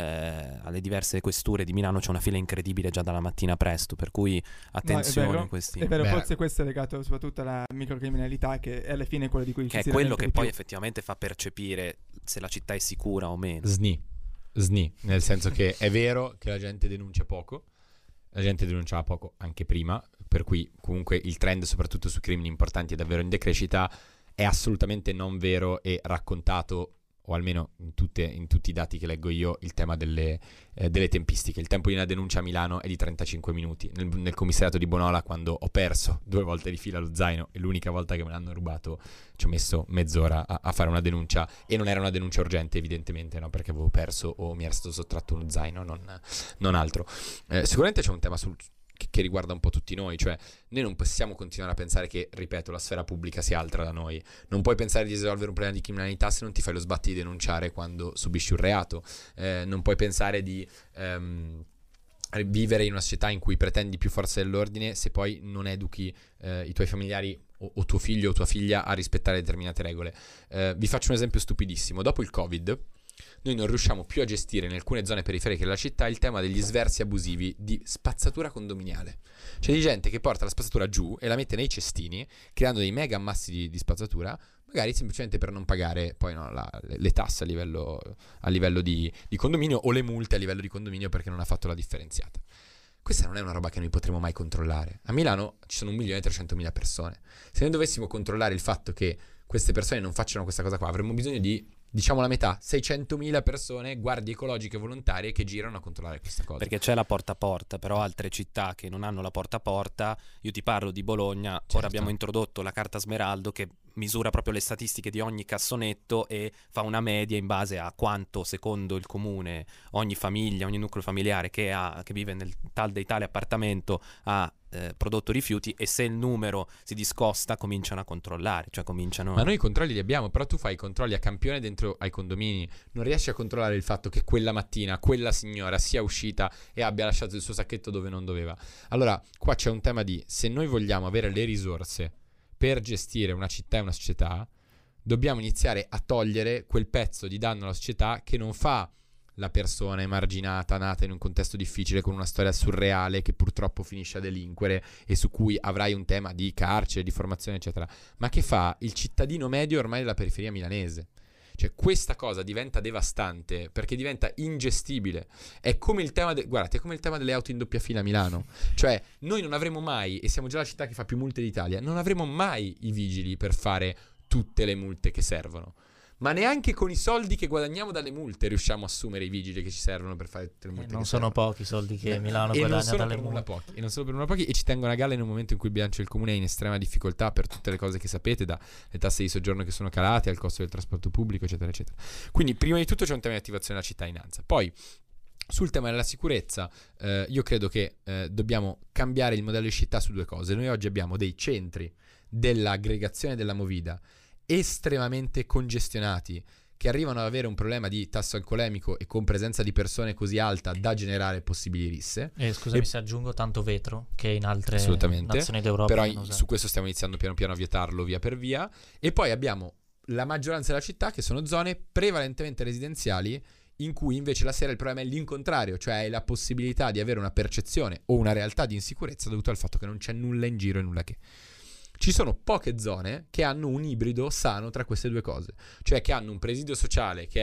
eh, alle diverse questure di Milano, c'è una fila incredibile già dalla mattina presto, per cui attenzione. No, è vero, a questi è vero, Beh. forse questo è legato soprattutto alla microcriminalità, che è alla fine quello di cui che ci si è quello lamenta che di poi più. effettivamente fa percepire se la città è sicura o meno. Sni, sni, nel senso che è vero che la gente denuncia poco, la gente denunciava poco anche prima, per cui comunque il trend soprattutto su crimini importanti è davvero in decrescita. È assolutamente non vero e raccontato, o almeno in, tutte, in tutti i dati che leggo io, il tema delle, eh, delle tempistiche. Il tempo di una denuncia a Milano è di trentacinque minuti. Nel, nel commissariato di Bonola, quando ho perso due volte di fila lo zaino e l'unica volta che me l'hanno rubato, ci ho messo mezz'ora a, a fare una denuncia, e non era una denuncia urgente evidentemente, no? Perché avevo perso o mi era stato sottratto uno zaino, non, non altro. Eh, sicuramente c'è un tema sul... che riguarda un po' tutti noi, cioè noi non possiamo continuare a pensare che, ripeto, la sfera pubblica sia altra da noi. Non puoi pensare di risolvere un problema di criminalità se non ti fai lo sbatti di denunciare quando subisci un reato. Eh, non puoi pensare di ehm, vivere in una società in cui pretendi più forza dell'ordine se poi non educhi eh, i tuoi familiari o, o tuo figlio o tua figlia a rispettare determinate regole. Eh, vi faccio un esempio stupidissimo. Dopo il Covid noi non riusciamo più a gestire in alcune zone periferiche della città il tema degli sversi abusivi di spazzatura condominiale. C'è di gente che porta la spazzatura giù e la mette nei cestini, creando dei mega ammassi di, di spazzatura, magari semplicemente per non pagare poi no, la, le tasse a livello, a livello di, di condominio, o le multe a livello di condominio perché non ha fatto la differenziata. Questa non è una roba che noi potremo mai controllare. A Milano ci sono un milione e trecentomila persone. Se noi dovessimo controllare il fatto che queste persone non facciano questa cosa qua, avremmo bisogno di, diciamo la metà, seicentomila persone, guardie ecologiche volontarie che girano a controllare questa cosa. Perché c'è la porta a porta, però altre città che non hanno la porta a porta, io ti parlo di Bologna, Certo. ora abbiamo introdotto la carta Smeraldo che misura proprio le statistiche di ogni cassonetto e fa una media in base a quanto, secondo il comune, ogni famiglia, ogni nucleo familiare che, ha, che vive nel tal dei tale appartamento ha eh, prodotto rifiuti, e se il numero si discosta cominciano a controllare, cioè cominciano... Ma noi i controlli li abbiamo, però tu fai i controlli a campione dentro ai condomini, non riesci a controllare il fatto che quella mattina quella signora sia uscita e abbia lasciato il suo sacchetto dove non doveva. Allora, qua c'è un tema di, se noi vogliamo avere le risorse per gestire una città e una società, dobbiamo iniziare a togliere quel pezzo di danno alla società che non fa la persona emarginata, nata in un contesto difficile, con una storia surreale, che purtroppo finisce a delinquere e su cui avrai un tema di carcere, di formazione, eccetera, ma che fa il cittadino medio ormai della periferia milanese. Cioè questa cosa diventa devastante perché diventa ingestibile. È come il tema de- guardate, è come il tema delle auto in doppia fila a Milano. Cioè noi non avremo mai, e siamo già la città che fa più multe d'Italia, non avremo mai i vigili per fare tutte le multe che servono. Ma neanche con i soldi che guadagniamo dalle multe riusciamo a assumere i vigili che ci servono per fare tutte le multe Eh, non che sono servono. pochi i soldi che Eh, Milano e non guadagna sono dalle per nulla multe. pochi, e non solo per nulla pochi, e ci tengono a galla in un momento in cui il bilancio del comune è in estrema difficoltà per tutte le cose che sapete, dalle tasse di soggiorno che sono calate al costo del trasporto pubblico, eccetera eccetera. Quindi prima di tutto c'è un tema di attivazione della cittadinanza. Poi sul tema della sicurezza, eh, io credo che eh, dobbiamo cambiare il modello di città su due cose. Noi oggi abbiamo dei centri dell'aggregazione della movida estremamente congestionati, che arrivano ad avere un problema di tasso alcolemico e con presenza di persone così alta da generare possibili risse. E scusami E- se aggiungo tanto vetro che in altre Assolutamente. nazioni d'Europa Però viene in- usato. su questo stiamo iniziando piano piano a vietarlo via per via. E poi abbiamo la maggioranza della città che sono zone prevalentemente residenziali, in cui invece la sera il problema è l'incontrario, cioè è la possibilità di avere una percezione o una realtà di insicurezza dovuta al fatto che non c'è nulla in giro e nulla che. Ci sono poche zone che hanno un ibrido sano tra queste due cose, cioè che hanno un presidio sociale che è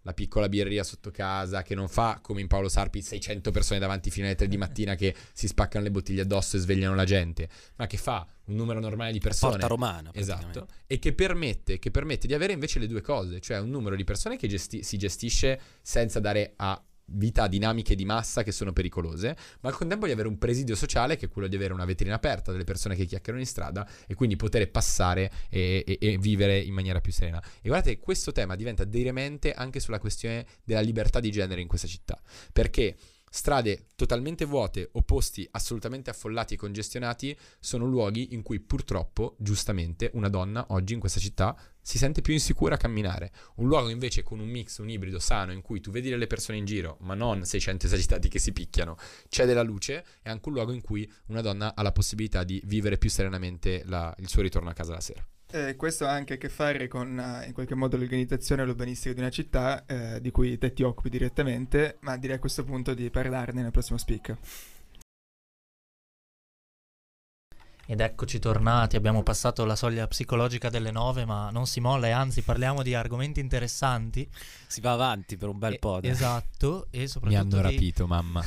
la piccola birreria sotto casa, che non fa come in Paolo Sarpi seicento persone davanti fino alle tre di mattina che si spaccano le bottiglie addosso e svegliano la gente, ma che fa un numero normale di persone, porta romana, esatto, e che permette, che permette di avere invece le due cose, cioè un numero di persone che gesti- si gestisce senza dare a vita a dinamiche di massa che sono pericolose, ma al contempo di avere un presidio sociale che è quello di avere una vetrina aperta, delle persone che chiacchierano in strada e quindi poter passare e, e, e vivere in maniera più serena. E guardate, questo tema diventa diremente anche sulla questione della libertà di genere in questa città, perché strade totalmente vuote o posti assolutamente affollati e congestionati sono luoghi in cui purtroppo, giustamente, una donna oggi in questa città si sente più insicura a camminare. Un luogo invece con un mix, un ibrido sano, in cui tu vedi delle persone in giro, ma non seicento esagitati che si picchiano, c'è della luce, è anche un luogo in cui una donna ha la possibilità di vivere più serenamente la, il suo ritorno a casa la sera. Eh, questo ha anche a che fare con uh, in qualche modo l'organizzazione e l'urbanistica di una città, eh, di cui te ti occupi direttamente, ma direi a questo punto di parlarne nel prossimo speak. Ed eccoci tornati, abbiamo passato la soglia psicologica delle nove, ma non si molla e anzi parliamo di argomenti interessanti. Si va avanti per un bel e, po'. Dai. Esatto, e Mi soprattutto hanno di, rapito, mamma.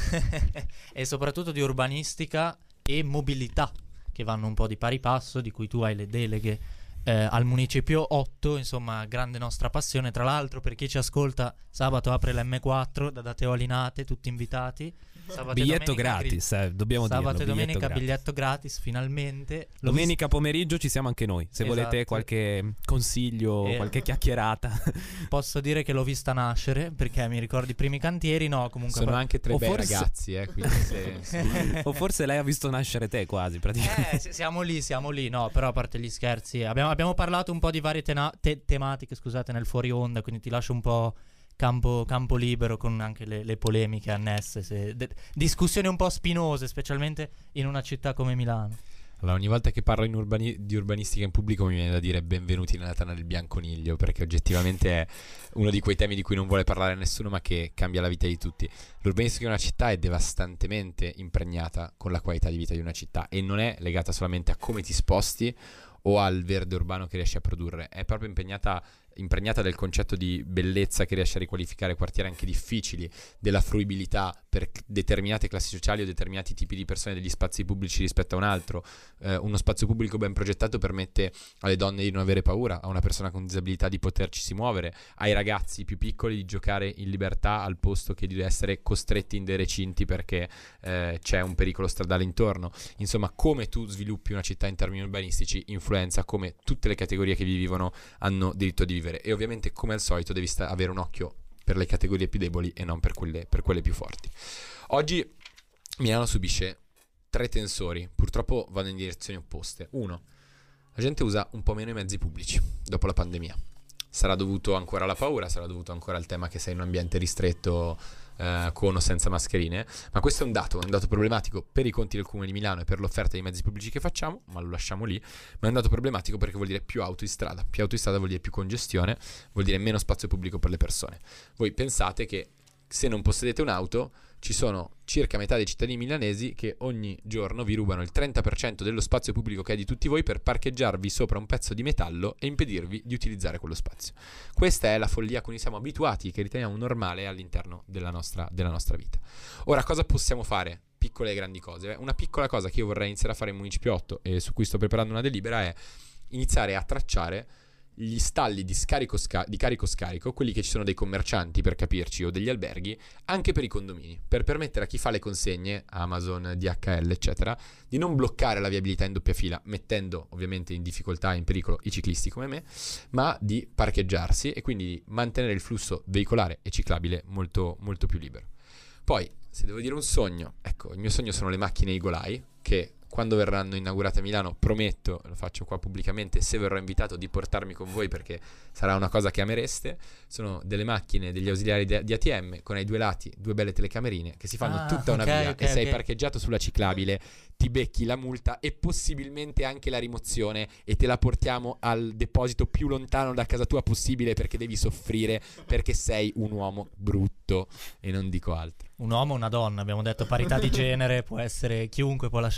e soprattutto di urbanistica e mobilità, che vanno un po' di pari passo, di cui tu hai le deleghe eh, al Municipio otto, insomma, grande nostra passione. Tra l'altro, per chi ci ascolta, sabato apre l'emme quattro da Date Olinate, tutti invitati. Sabato Biglietto e domenica, gratis, eh, dobbiamo dirlo. Sabato e domenica biglietto biglietto gratis, finalmente. L'ho Domenica pomeriggio ci siamo anche noi. Se Esatto. volete qualche consiglio, Eh. qualche chiacchierata. Posso dire che l'ho vista nascere, perché mi ricordo i primi cantieri, no, comunque Sono anche tre o bei forse- ragazzi, eh, quindi se, se- O forse lei ha visto nascere te quasi, praticamente. Eh, s- siamo lì, siamo lì. No, però a parte gli scherzi, abbiamo, abbiamo parlato un po' di varie tena- te- tematiche, scusate, nel fuori onda, quindi ti lascio un po' campo, campo libero con anche le, le polemiche annesse, se- de- discussioni un po' spinose, specialmente in una città come Milano. Allora, ogni volta che parlo in urbani- di urbanistica in pubblico mi viene da dire benvenuti nella tana del bianconiglio, perché oggettivamente è uno di quei temi di cui non vuole parlare nessuno, ma che cambia la vita di tutti. L'urbanistica di una città è devastantemente impregnata con la qualità di vita di una città e non è legata solamente a come ti sposti o al verde urbano che riesci a produrre, è proprio impegnata impregnata del concetto di bellezza che riesce a riqualificare quartieri anche difficili, della fruibilità per determinate classi sociali o determinati tipi di persone degli spazi pubblici rispetto a un altro. Eh, uno spazio pubblico ben progettato permette alle donne di non avere paura, a una persona con disabilità di poterci muovere, ai ragazzi più piccoli di giocare in libertà al posto che di essere costretti in dei recinti perché eh, c'è un pericolo stradale intorno. Insomma, come tu sviluppi una città in termini urbanistici influenza come tutte le categorie che vi vivono hanno diritto di vivere. E ovviamente, come al solito, devi sta- avere un occhio per le categorie più deboli e non per quelle, per quelle più forti. Oggi Milano subisce tre tensori, purtroppo vanno in direzioni opposte. Uno, la gente usa un po' meno i mezzi pubblici dopo la pandemia. Sarà dovuto ancora alla paura, sarà dovuto ancora al tema che sei in un ambiente ristretto eh, con o senza mascherine, ma questo è un dato, è un dato problematico per i conti del Comune di Milano e per l'offerta di mezzi pubblici che facciamo, ma lo lasciamo lì. Ma è un dato problematico perché vuol dire più auto in strada, più auto in strada vuol dire più congestione, vuol dire meno spazio pubblico per le persone. Voi pensate che se non possedete un'auto ci sono circa metà dei cittadini milanesi che ogni giorno vi rubano il trenta per cento dello spazio pubblico che è di tutti voi per parcheggiarvi sopra un pezzo di metallo e impedirvi di utilizzare quello spazio. Questa è la follia a cui siamo abituati, che riteniamo normale all'interno della nostra, della nostra vita. Ora, cosa possiamo fare? Piccole e grandi cose. Una piccola cosa che io vorrei iniziare a fare in Municipio otto e su cui sto preparando una delibera è iniziare a tracciare gli stalli di, scarico sca- di carico-scarico, quelli che ci sono dei commercianti per capirci o degli alberghi, anche per i condomini, per permettere a chi fa le consegne, Amazon, D H L eccetera, di non bloccare la viabilità in doppia fila, mettendo ovviamente in difficoltà e in pericolo i ciclisti come me, ma di parcheggiarsi e quindi di mantenere il flusso veicolare e ciclabile molto, molto più libero. Poi, se devo dire un sogno, ecco, il mio sogno sono le macchine Igolai, che quando verranno inaugurate a Milano, prometto, lo faccio qua pubblicamente, se verrò invitato, di portarmi con voi perché sarà una cosa che amereste. Sono delle macchine, degli ausiliari di A T M con ai due lati due belle telecamerine che si fanno Ah, tutta una ok, via ok, e sei ok. parcheggiato sulla ciclabile, ti becchi la multa e possibilmente anche la rimozione e te la portiamo al deposito più lontano da casa tua possibile perché devi soffrire perché sei un uomo brutto e non dico altro. Un uomo o una donna, abbiamo detto parità di genere, può essere chiunque può lasciarla sulla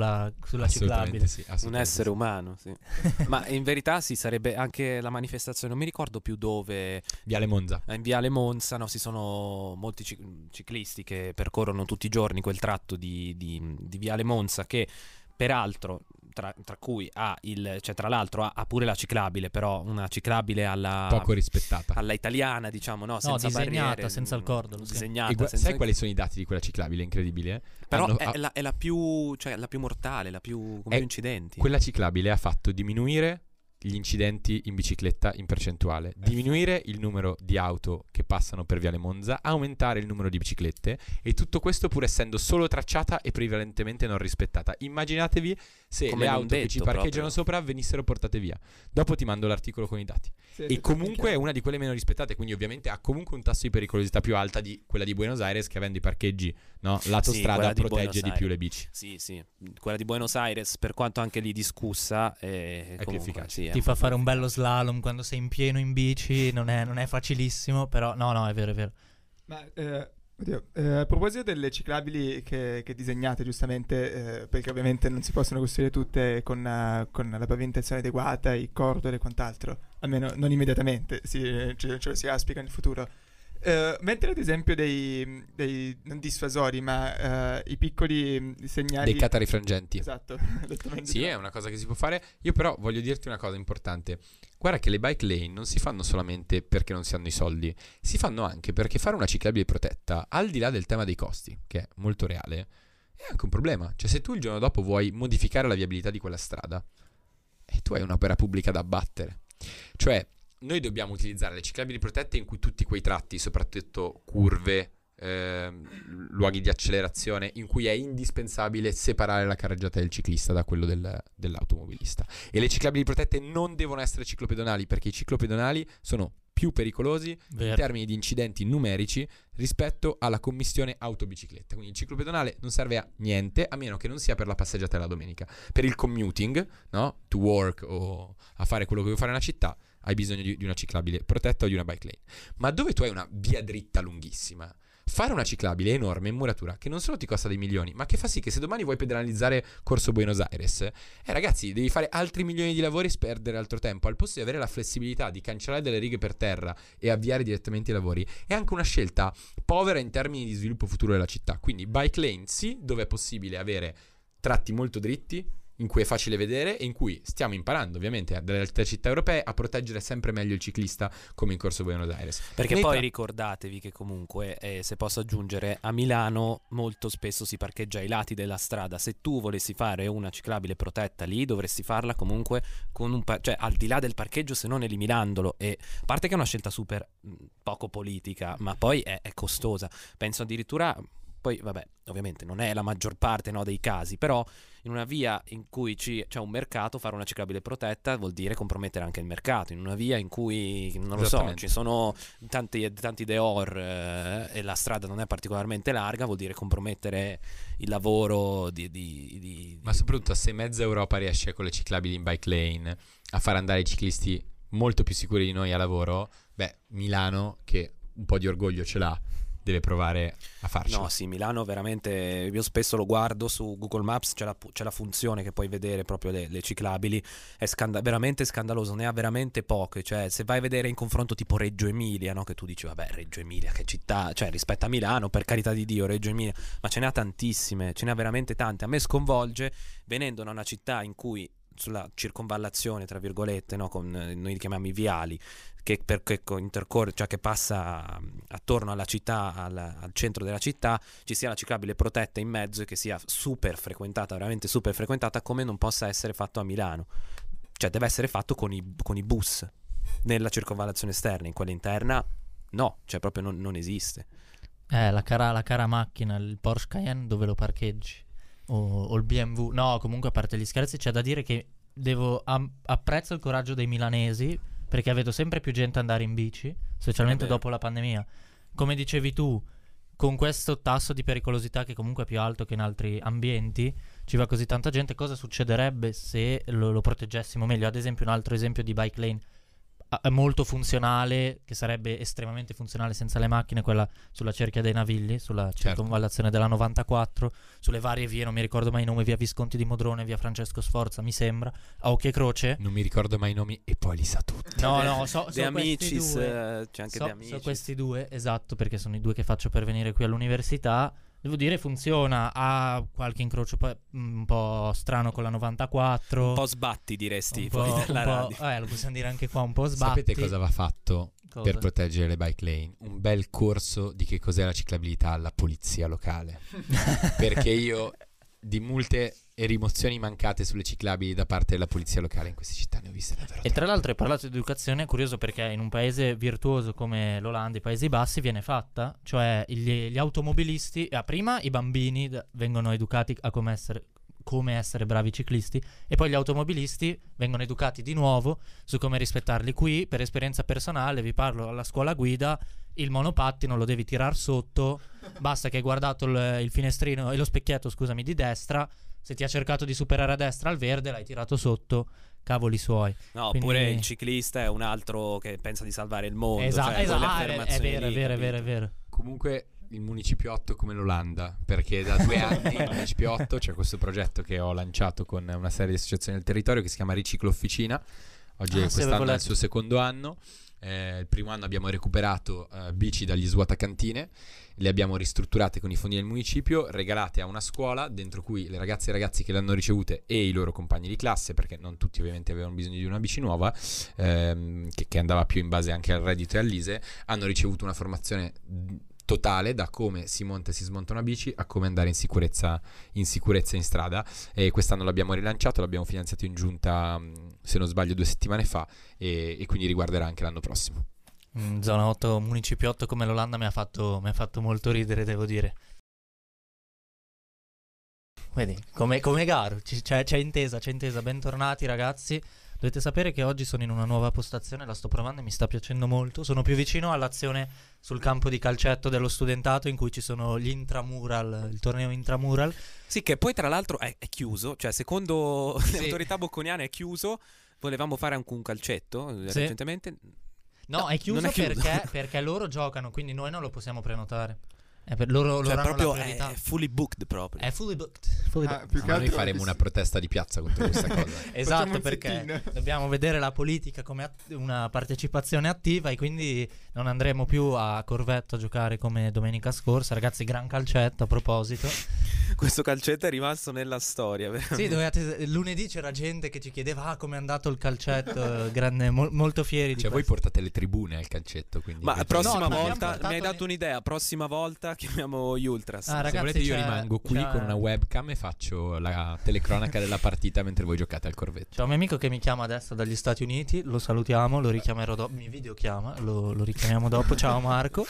sulla, sulla Assolutamente ciclabile. sì, Un assolutamente essere sì. umano, sì. Ma in verità sì, sarebbe anche la manifestazione, non mi ricordo più dove, Viale Monza. in Viale Monza, no, ci sono molti ci- ciclisti che percorrono tutti i giorni quel tratto di, di, di Viale Monza che peraltro, tra, tra cui ha il, cioè tra l'altro ha, ha pure la ciclabile, però una ciclabile alla, Poco rispettata. alla italiana, diciamo, no, senza disegnata, barriere, senza il mm, cordolo, sì. disegnata, E gua- senza sai quali sono i dati di quella ciclabile? Incredibile. eh? Però Hanno- è, ha- è la, è la più, cioè la più mortale, la più con È più incidenti. Quella ciclabile ha fatto diminuire gli incidenti in bicicletta in percentuale, diminuire il numero di auto che passano per Viale Monza, aumentare il numero di biciclette, e tutto questo pur essendo solo tracciata e prevalentemente non rispettata. Immaginatevi se Come le non auto che detto, ci parcheggiano proprio. sopra venissero portate via. Dopo ti mando l'articolo con i dati. Sì, E sì, comunque è sì, una di quelle meno rispettate, quindi ovviamente ha comunque un tasso di pericolosità più alta di quella di Buenos Aires, che avendo i parcheggi, no, lato Sì, strada quella di protegge Buenos di più Aires. le bici. Sì, sì, quella di Buenos Aires, per quanto anche lì discussa, è, più comunque, efficace. sì, è Ti un fa po' fare un più bello slalom quando sei in pieno in bici, non è, non è facilissimo, però no, no, è vero, è vero. Ma eh, oddio, eh, a proposito delle ciclabili che, che disegnate giustamente, eh, perché ovviamente non si possono costruire tutte con, eh, con la pavimentazione adeguata, i cordoli e quant'altro, almeno non immediatamente, si, ce, ce lo si auspica nel futuro. Eh, mentre ad esempio dei, dei non dissuasori, ma eh, i piccoli segnali... Dei catarifrangenti. Esatto, esattamente. Sì, è una cosa che si può fare. Io però voglio dirti una cosa importante. Guarda che le bike lane non si fanno solamente perché non si hanno i soldi, si fanno anche perché fare una ciclabile protetta, al di là del tema dei costi, che è molto reale, è anche un problema. Cioè, se tu il giorno dopo vuoi modificare la viabilità di quella strada, e tu hai un'opera pubblica da abbattere. Cioè, noi dobbiamo utilizzare le ciclabili protette in cui tutti quei tratti, soprattutto curve, ehm, luoghi di accelerazione, in cui è indispensabile separare la carreggiata del ciclista da quello del- dell'automobilista. E le ciclabili protette non devono essere ciclopedonali, perché i ciclopedonali sono più pericolosi in Vero. termini di incidenti numerici rispetto alla commistione auto-bicicletta. Quindi il ciclopedonale non serve a niente, a meno che non sia per la passeggiata della domenica. Per il commuting, no? To work o a fare quello che vuoi fare nella città, hai bisogno di, di una ciclabile protetta o di una bike lane. Ma dove tu hai una via dritta lunghissima, fare una ciclabile enorme in muratura che non solo ti costa dei milioni, ma che fa sì che se domani vuoi pedonalizzare Corso Buenos Aires, eh ragazzi, devi fare altri milioni di lavori e sperdere altro tempo, al posto di avere la flessibilità di cancellare delle righe per terra e avviare direttamente i lavori. È anche una scelta povera in termini di sviluppo futuro della città. Quindi bike lane sì, dove è possibile avere tratti molto dritti, in cui è facile vedere e in cui stiamo imparando ovviamente dalle altre città europee a proteggere sempre meglio il ciclista, come in Corso Buenos Aires. Perché Nei poi tra- ricordatevi che comunque, eh, se posso aggiungere, a Milano molto spesso si parcheggia ai lati della strada. Se tu volessi fare una ciclabile protetta lì, dovresti farla comunque con un pa- cioè al di là del parcheggio, se non eliminandolo. E a parte che è una scelta super mh, poco politica, ma poi è, è costosa. Penso addirittura, poi vabbè, ovviamente non è la maggior parte, no, dei casi, però in una via in cui ci, c'è un mercato, fare una ciclabile protetta vuol dire compromettere anche il mercato. In una via in cui, non lo so, Esattamente. ci sono tanti, tanti deor eh, e la strada non è particolarmente larga, vuol dire compromettere il lavoro di... di, di Ma soprattutto se mezza Europa riesce con le ciclabili in bike lane a far andare i ciclisti molto più sicuri di noi a lavoro, beh, Milano, che un po' di orgoglio ce l'ha, deve provare a farcelo. No, sì, Milano veramente, io spesso lo guardo su Google Maps, c'è la, c'è la funzione che puoi vedere proprio le, le ciclabili, è scanda- veramente scandaloso, ne ha veramente poche, cioè se vai a vedere in confronto tipo Reggio Emilia, no, che tu dici vabbè Reggio Emilia che città, cioè rispetto a Milano, per carità di Dio, Reggio Emilia, ma ce ne ha tantissime, ce ne ha veramente tante. A me sconvolge venendo da una città in cui sulla circonvallazione, tra virgolette, no, con eh, noi li chiamiamo i viali, che perché intercorre, cioè che passa um, attorno alla città, al, al centro della città, ci sia la ciclabile protetta in mezzo e che sia super frequentata, veramente super frequentata, come non possa essere fatto a Milano. Cioè deve essere fatto con i, con i bus nella circonvallazione esterna, in quella interna no, cioè proprio non, non esiste. Eh, la cara, la cara macchina, il Porsche Cayenne, dove lo parcheggi? O, o il B M W? No, comunque a parte gli scherzi, c'è da dire che devo am- apprezzo il coraggio dei milanesi, perché vedo sempre più gente andare in bici, specialmente È vero. dopo la pandemia. Come dicevi tu, con questo tasso di pericolosità che comunque è più alto che in altri ambienti, ci va così tanta gente, cosa succederebbe se lo, lo proteggessimo meglio? Ad esempio, un altro esempio di bike lane è molto funzionale, che sarebbe estremamente funzionale senza le macchine, quella sulla Cerchia dei Navigli, sulla circonvallazione della novantaquattro, sulle varie vie, non mi ricordo mai i nomi, via Visconti di Modrone, via Francesco Sforza, mi sembra, a occhio e croce. Non mi ricordo mai i nomi e poi li sa tutti. No, no, so, De so Amicis, due. eh, c'è anche so, De Amicis. so questi due, esatto, perché sono i due che faccio per venire qui all'università. Devo dire funziona, ha qualche incrocio poi un po' strano con la novantaquattro. Un po' sbatti diresti un fuori po', dalla un po', radio. eh, lo possiamo dire anche qua, un po' sbatti. Sapete cosa va fatto Cosa? per proteggere le bike lane? Un bel corso di che cos'è la ciclabilità alla polizia locale. Perché io di multe e rimozioni mancate sulle ciclabili da parte della polizia locale in queste città ne ho viste davvero. E tra l'altro hai parlato di educazione, è curioso perché in un paese virtuoso come l'Olanda, i Paesi Bassi, viene fatta, cioè gli, gli automobilisti, ah, prima i bambini d- vengono educati a come essere, come essere bravi ciclisti, e poi gli automobilisti vengono educati di nuovo su come rispettarli. Qui, per esperienza personale, vi parlo, alla scuola guida il monopattino lo devi tirar sotto, basta che hai guardato il, il finestrino e lo specchietto, scusami, di destra. Se ti ha cercato di superare a destra al verde, l'hai tirato sotto, cavoli suoi. No, Quindi... oppure il ciclista è un altro che pensa di salvare il mondo. Esatto, cioè, esatto. quelle Ah, è, è affermazioni vero, è lì, vero, è capito? vero, è vero. Comunque il municipiotto come l'Olanda, perché da due anni il municipiotto c'è questo progetto che ho lanciato con una serie di associazioni del territorio che si chiama Riciclo Officina. Oggi Ah, è sì, quest'anno avevo è il suo secondo anno. Eh, il primo anno abbiamo recuperato eh, bici dagli svuotacantine, le abbiamo ristrutturate con i fondi del municipio, regalate a una scuola dentro cui le ragazze e i ragazzi che le hanno ricevute e i loro compagni di classe, perché non tutti ovviamente avevano bisogno di una bici nuova, ehm, che, che andava più in base anche al reddito e all'I S E E, hanno ricevuto una formazione totale da come si monta e si smonta una bici a come andare in sicurezza in sicurezza in strada. E quest'anno l'abbiamo rilanciato, l'abbiamo finanziato in giunta, se non sbaglio, due settimane fa, e, e quindi riguarderà anche l'anno prossimo. Mm, zona otto, municipiotto come l'Olanda mi ha fatto, mi ha fatto molto ridere, devo dire. Vedi, come, come Garo, C- c'è, c'è intesa, c'è intesa. Bentornati ragazzi. Dovete sapere che oggi sono in una nuova postazione, la sto provando e mi sta piacendo molto. Sono più vicino all'azione sul campo di calcetto dello studentato, in cui ci sono gli intramural, il torneo intramural. Sì, che poi tra l'altro è, è chiuso, cioè secondo Sì. le autorità bocconiane è chiuso. Volevamo fare anche un calcetto eh, Sì. recentemente. No, No, è chiuso, non è chiuso. perché, perché loro giocano, quindi noi non lo possiamo prenotare. È per loro, Cioè loro hanno proprio la priorità. è fully booked proprio. È fully booked. Fully Ah, booked. più che Ma noi altro faremo che una si- protesta di piazza contro questa cosa. Facciamo Esatto, un perché sit-in. dobbiamo vedere la politica come att- una partecipazione attiva, e quindi non andremo più a Corvetto a giocare come domenica scorsa. Ragazzi, gran calcetto a proposito. Questo calcetto è rimasto nella storia. veramente. Sì, dovete, lunedì c'era gente che ci chiedeva ah, come è andato il calcetto, grande, mol- molto fieri di Cioè voi questo. portate le tribune al calcetto, quindi Ma avete- prossima No, ma abbiamo volta portato mi hai dato ne- un'idea. Prossima volta chiamiamo gli Ultras. Ah, se ragazzi, volete io c'è- rimango qui c'è- con una webcam e faccio la telecronaca della partita mentre voi giocate al corvetto. C'è un mio amico che mi chiama adesso dagli Stati Uniti, lo salutiamo, lo richiamerò dopo, mi videochiama, lo, lo richiamiamo dopo. Ciao Marco.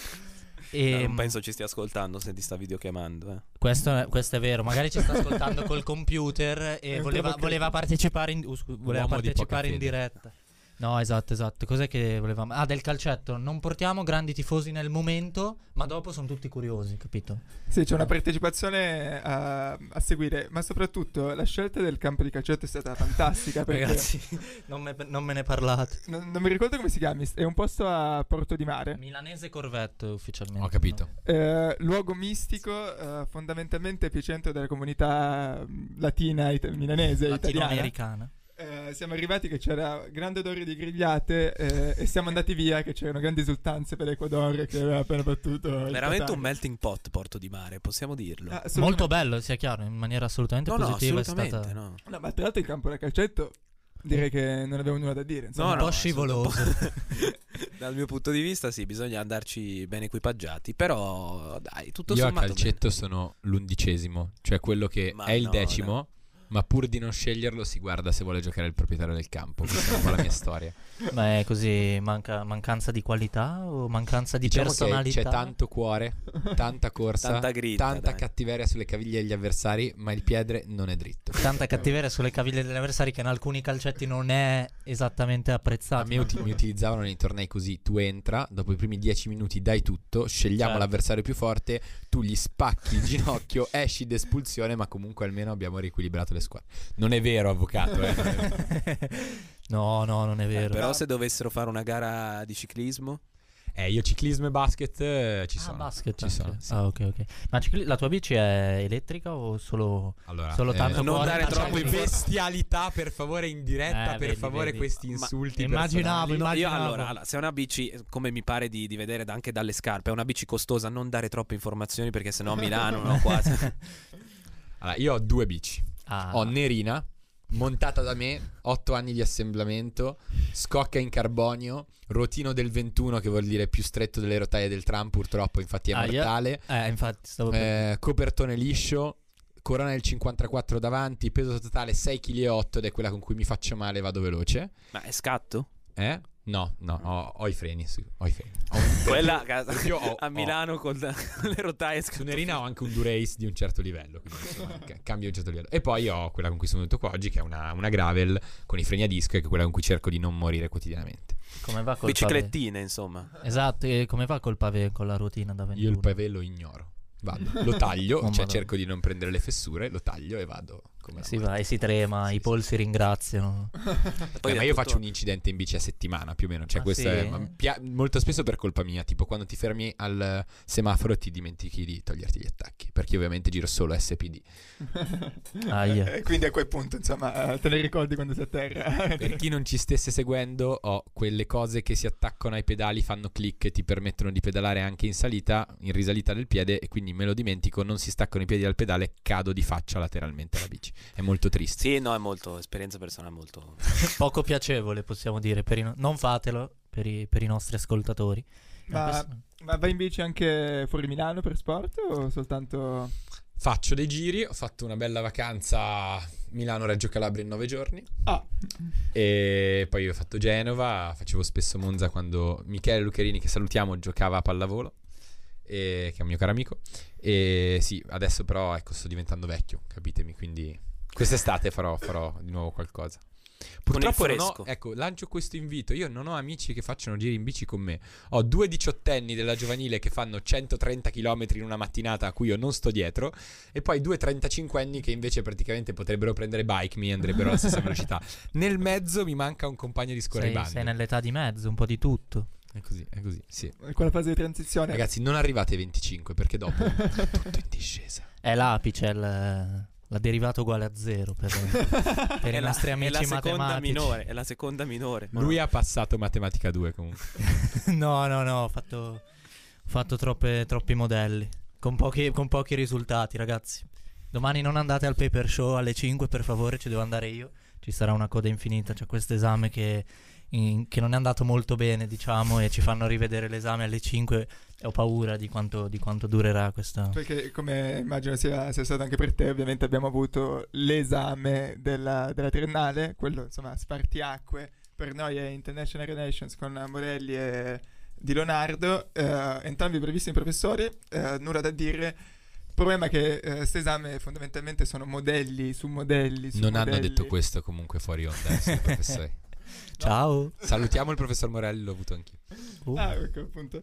E No, non penso ci stia ascoltando se ti sta videochiamando. Eh. questo, è, questo è vero, magari ci sta ascoltando col computer e un voleva, provoca- voleva partecipare in, uh, scu- voleva Uomo di poca partecipare in fede. diretta. No, esatto, esatto. Cos'è che volevamo? Ah, del calcetto. Non portiamo grandi tifosi nel momento, ma dopo sono tutti curiosi, capito? Sì, c'è una partecipazione a, a seguire, ma soprattutto la scelta del campo di calcetto è stata fantastica perché Ragazzi, non me, non me ne parlate. non, non mi ricordo come si chiami, è un posto a Porto di Mare. Milanese Corvetto ufficialmente. Ho capito. Eh, luogo mistico, eh, fondamentalmente epicentro della comunità mh, latina ita- milanese, italiana. Latinoamericana. Eh, siamo arrivati che c'era grande odore di grigliate eh, e siamo andati via che c'erano grandi esultanze per l'Ecuador che aveva appena battuto il Veramente Qatar. un melting pot Porto di Mare, possiamo dirlo. Ah, assolutamente. Molto bello, sia chiaro, in maniera assolutamente no, no, positiva. assolutamente è stata no. No, ma tra l'altro il campo da calcetto direi che non avevo nulla da dire, insomma. un No, po' no, scivoloso. assolutamente. Dal mio punto di vista sì, bisogna andarci ben equipaggiati. Però dai, tutto Io a sommato calcetto sono l'undicesimo, cioè quello che Ma è il no, decimo, ma pur di non sceglierlo si guarda se vuole giocare il proprietario del campo. Questa è un po' la mia storia. Ma è così, manca, mancanza di qualità o mancanza di Diciamo che personalità? c'è tanto cuore, tanta corsa, Tanta grinta, tanta dai. cattiveria sulle caviglie degli avversari, ma il piede non è dritto. Tanta cattiveria sulle caviglie degli avversari, che in alcuni calcetti non è esattamente A apprezzato. me uti- mi utilizzavano nei tornei così: tu entra, dopo i primi dieci minuti dai tutto, scegliamo Certo. l'avversario più forte, tu gli spacchi il ginocchio, esci d'espulsione, ma comunque almeno abbiamo riequilibrato le squadre. Non è vero, avvocato, eh. No, no, non è vero. Però se dovessero fare una gara di ciclismo... Eh, io ciclismo e basket eh, ci Ah, sono. basket ci anche. sono, sì. Ah, ok, ok. Ma cicli- la tua bici è elettrica o solo, Allora, solo eh, tanto non cuore, dare tanto troppo cuore? in bestialità, per favore, in diretta, Eh, per vedi, favore, vedi. questi Ma insulti immaginavo, personali. No, io immaginavo. allora, allora, se è una bici, come mi pare di, di vedere da- anche dalle scarpe, è una bici costosa, non dare troppe informazioni perché sennò a Milano no, quasi. Allora, io ho due bici. Ah. Ho Nerina, montata da me, otto anni di assemblamento, scocca in carbonio, rotino del ventuno, che vuol dire più stretto delle rotaie del tram, purtroppo, infatti è Ah, io- mortale. Eh, infatti stavo per... Eh, copertone liscio, corona del cinquantaquattro davanti, peso totale sei virgola otto kg ed è quella con cui mi faccio male e vado veloce. Ma è scatto? Eh? No, no, ho, ho i freni, sì, ho i freni. Ho un- Quella perché io ho- a ho- Milano con le rotaie Su Nerina ho anche un Durace di un certo livello, quindi insomma, ca- cambio un certo livello. E poi ho quella con cui sono venuto qua oggi, che è una, una gravel con i freni a disco, e che è quella con cui cerco di non morire quotidianamente. Come va col biciclettine, insomma. pavé? Esatto, e come va col pavé, con la routine da ventuno? Io il pavé lo ignoro. Vado, lo taglio, Oh, cioè madonna. cerco di non prendere le fessure, lo taglio e vado come la Si morte. va e si trema, Sì, i sì. polsi ringraziano. Poi Eh, ma è io tutto- faccio un incidente in bici a settimana più o meno, cioè Ah, questo sì? è ma pia- molto spesso per colpa mia, tipo quando ti fermi al semaforo ti dimentichi di toglierti gli attacchi, perché io ovviamente giro solo S P D. Aia. E quindi a quel punto, insomma, te ne ricordi quando sei a terra. Per chi non ci stesse seguendo, ho quelle cose che si attaccano ai pedali, fanno click e ti permettono di pedalare anche in salita, in risalita del piede, e quindi me lo dimentico, non si staccano i piedi dal pedale, cado di faccia lateralmente alla bici. È molto triste. Sì, no, è molto esperienza personale molto. Poco piacevole, possiamo dire. Per i no- non fatelo per i, per i nostri ascoltatori. Ma, questo- ma vai in bici anche fuori Milano per sport o soltanto... Faccio dei giri, ho fatto una bella vacanza a Milano-Reggio Calabria in nove giorni. Ah, E poi ho fatto Genova, facevo spesso Monza quando Michele Lucherini, che salutiamo, giocava a pallavolo, e, che è un mio caro amico. E sì, adesso però ecco sto diventando vecchio, capitemi, quindi quest'estate farò, farò di nuovo qualcosa. Purtroppo il non ho, fresco. ecco, lancio questo invito. Io non ho amici che facciano giri in bici con me. Ho due diciottenni della giovanile che fanno centotrenta chilometri in una mattinata a cui io non sto dietro, e poi due trentacinquenni che invece praticamente potrebbero prendere bike me e andrebbero alla stessa velocità. Nel mezzo mi manca un compagno di sei, scorribande. sei nell'età di mezzo, un po' di tutto. È così, è così, sì. quella fase di transizione. Ragazzi, non arrivate ai venticinque perché dopo è tutto in discesa. È l'apice, è il- la derivata uguale a zero per, per È i la- nostri è amici la seconda matematici. minore, è la seconda minore. Lui ha passato matematica due comunque. No, no, no, ho fatto, ho fatto troppe- troppi modelli. Con pochi, con pochi risultati, ragazzi. Domani non andate al paper show alle cinque, per favore, ci devo andare io. Ci sarà una coda infinita. C'è questo esame che, in- che non è andato molto bene, diciamo, e ci fanno rivedere l'esame alle cinque. E ho paura di quanto, di quanto durerà questa. Perché come immagino sia, sia stato anche per te, ovviamente abbiamo avuto l'esame della, della triennale, quello insomma spartiacque, per noi è International Relations con Morelli e Di Leonardo, eh, entrambi bravissimi professori, eh, nulla da dire. Il problema è che questo esame fondamentalmente sono modelli su modelli su Non modelli. hanno detto questo comunque fuori onda, adesso, i professori. Ciao. Salutiamo il professor Morelli, l'ho avuto anch'io. Uh. Ah, ecco, appunto.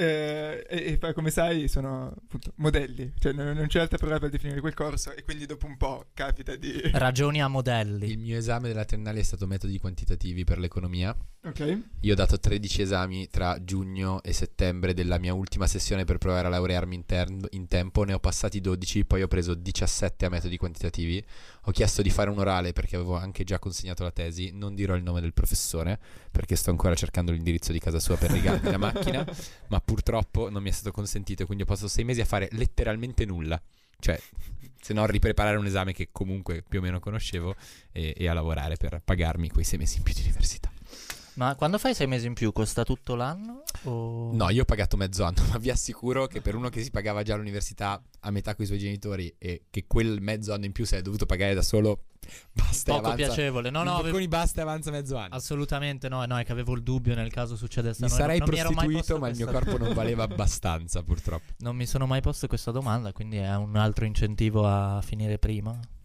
Eh, e, e poi come sai sono appunto modelli, cioè non, non c'è altra parola per definire quel corso, e quindi dopo un po' capita di... Ragioni a modelli. Il mio esame della triennale è stato metodi quantitativi per l'economia. Ok. Io ho dato tredici esami tra giugno e settembre della mia ultima sessione per provare a laurearmi in, ter- in tempo. Ne ho passati dodici, poi ho preso diciassette a metodi quantitativi. Ho chiesto di fare un orale perché avevo anche già consegnato la tesi. Non dirò il nome del professore perché sto ancora cercando l'indirizzo di casa sua per rigarmi la macchina, ma purtroppo non mi è stato consentito, quindi ho passato sei mesi a fare letteralmente nulla. Cioè, se no, ripreparare un esame che comunque più o meno conoscevo, e, e a lavorare per pagarmi quei sei mesi in più di università. Ma quando fai sei mesi in più costa tutto l'anno? O... No, io ho pagato mezzo anno, ma vi assicuro che per uno che si pagava già all'università a metà con i suoi genitori, e che quel mezzo anno in più si è dovuto pagare da solo, basta e Poco avanza. piacevole. No, no, I avevo- bocconi basta e avanza mezzo anno. assolutamente no, no, è che avevo il dubbio nel caso succedesse. Mi No, sarei non mi ero mai prostituito, posto ma il mio questa- corpo non valeva abbastanza, purtroppo. Non mi sono mai posto questa domanda, quindi è un altro incentivo a finire prima.